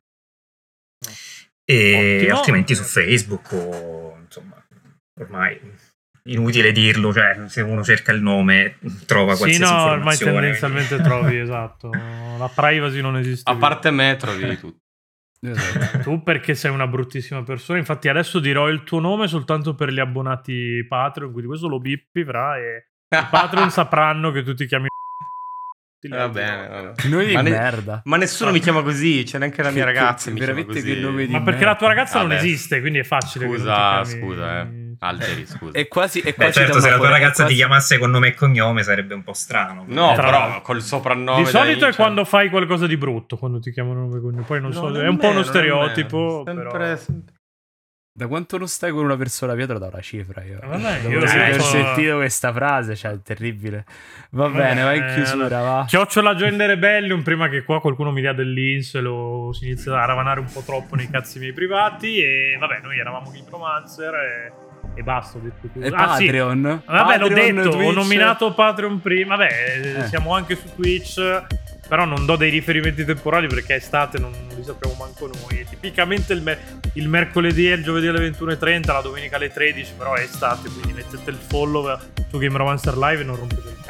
E Ottimo. altrimenti su Facebook o insomma, ormai inutile dirlo, cioè se uno cerca il nome trova Sì, qualsiasi no, ormai informazione. tendenzialmente trovi, esatto. La privacy non esiste A più. parte me, trovi tutto. Esatto. Tu perché sei una bruttissima persona. Infatti adesso dirò il tuo nome soltanto per gli abbonati Patreon, quindi questo lo bippi, fra, e i Patreon sapranno che tu ti chiami Va bene, va bene. Noi di Ma ne- merda. Ma nessuno mi chiama così, c'è neanche la mia Che- ragazza che- mi chiama veramente così. che nome di Ma perché la tua merda. ragazza non Vabbè. esiste, quindi è facile che Scusa, non ti chiami- scusa, eh. Alteri, scusa. È quasi, è Beh, quasi certo, da se la tua una- ragazza è quasi- ti chiamasse con nome e cognome sarebbe un po' strano. No, Tra però l'altro. col soprannome Di solito dai, è cioè- quando fai qualcosa di brutto, quando ti chiamano nome e cognome. Poi non so, No, è non un po' uno vero, non è vero. stereotipo, Sempre- però... sempre- Da quanto non stai con una persona, Pietro, da una cifra io. Vabbè, Dopo io aver adesso- sentito questa frase, cioè, è terribile. Va Vabbè, bene, vai in eh, chiusura, va. Chiocciola Join Rebellion, prima che qua qualcuno mi dia dell'ins e lo si inizia a ravanare un po' troppo nei cazzi miei privati. E vabbè, noi eravamo Geekromancer e, e basta, ho detto tutto. E Ah, sì. Patreon. Vabbè, l'ho Patreon, detto, ho Twitch. nominato Patreon prima. Vabbè, Eh. siamo anche su Twitch, però non do dei riferimenti temporali perché è estate, non, non li sappiamo manco noi. Tipicamente il, me- il mercoledì e il giovedì alle ventuno e trenta, la domenica alle tredici, però è estate, quindi mettete il follow su Game Romancer Live e non rompete il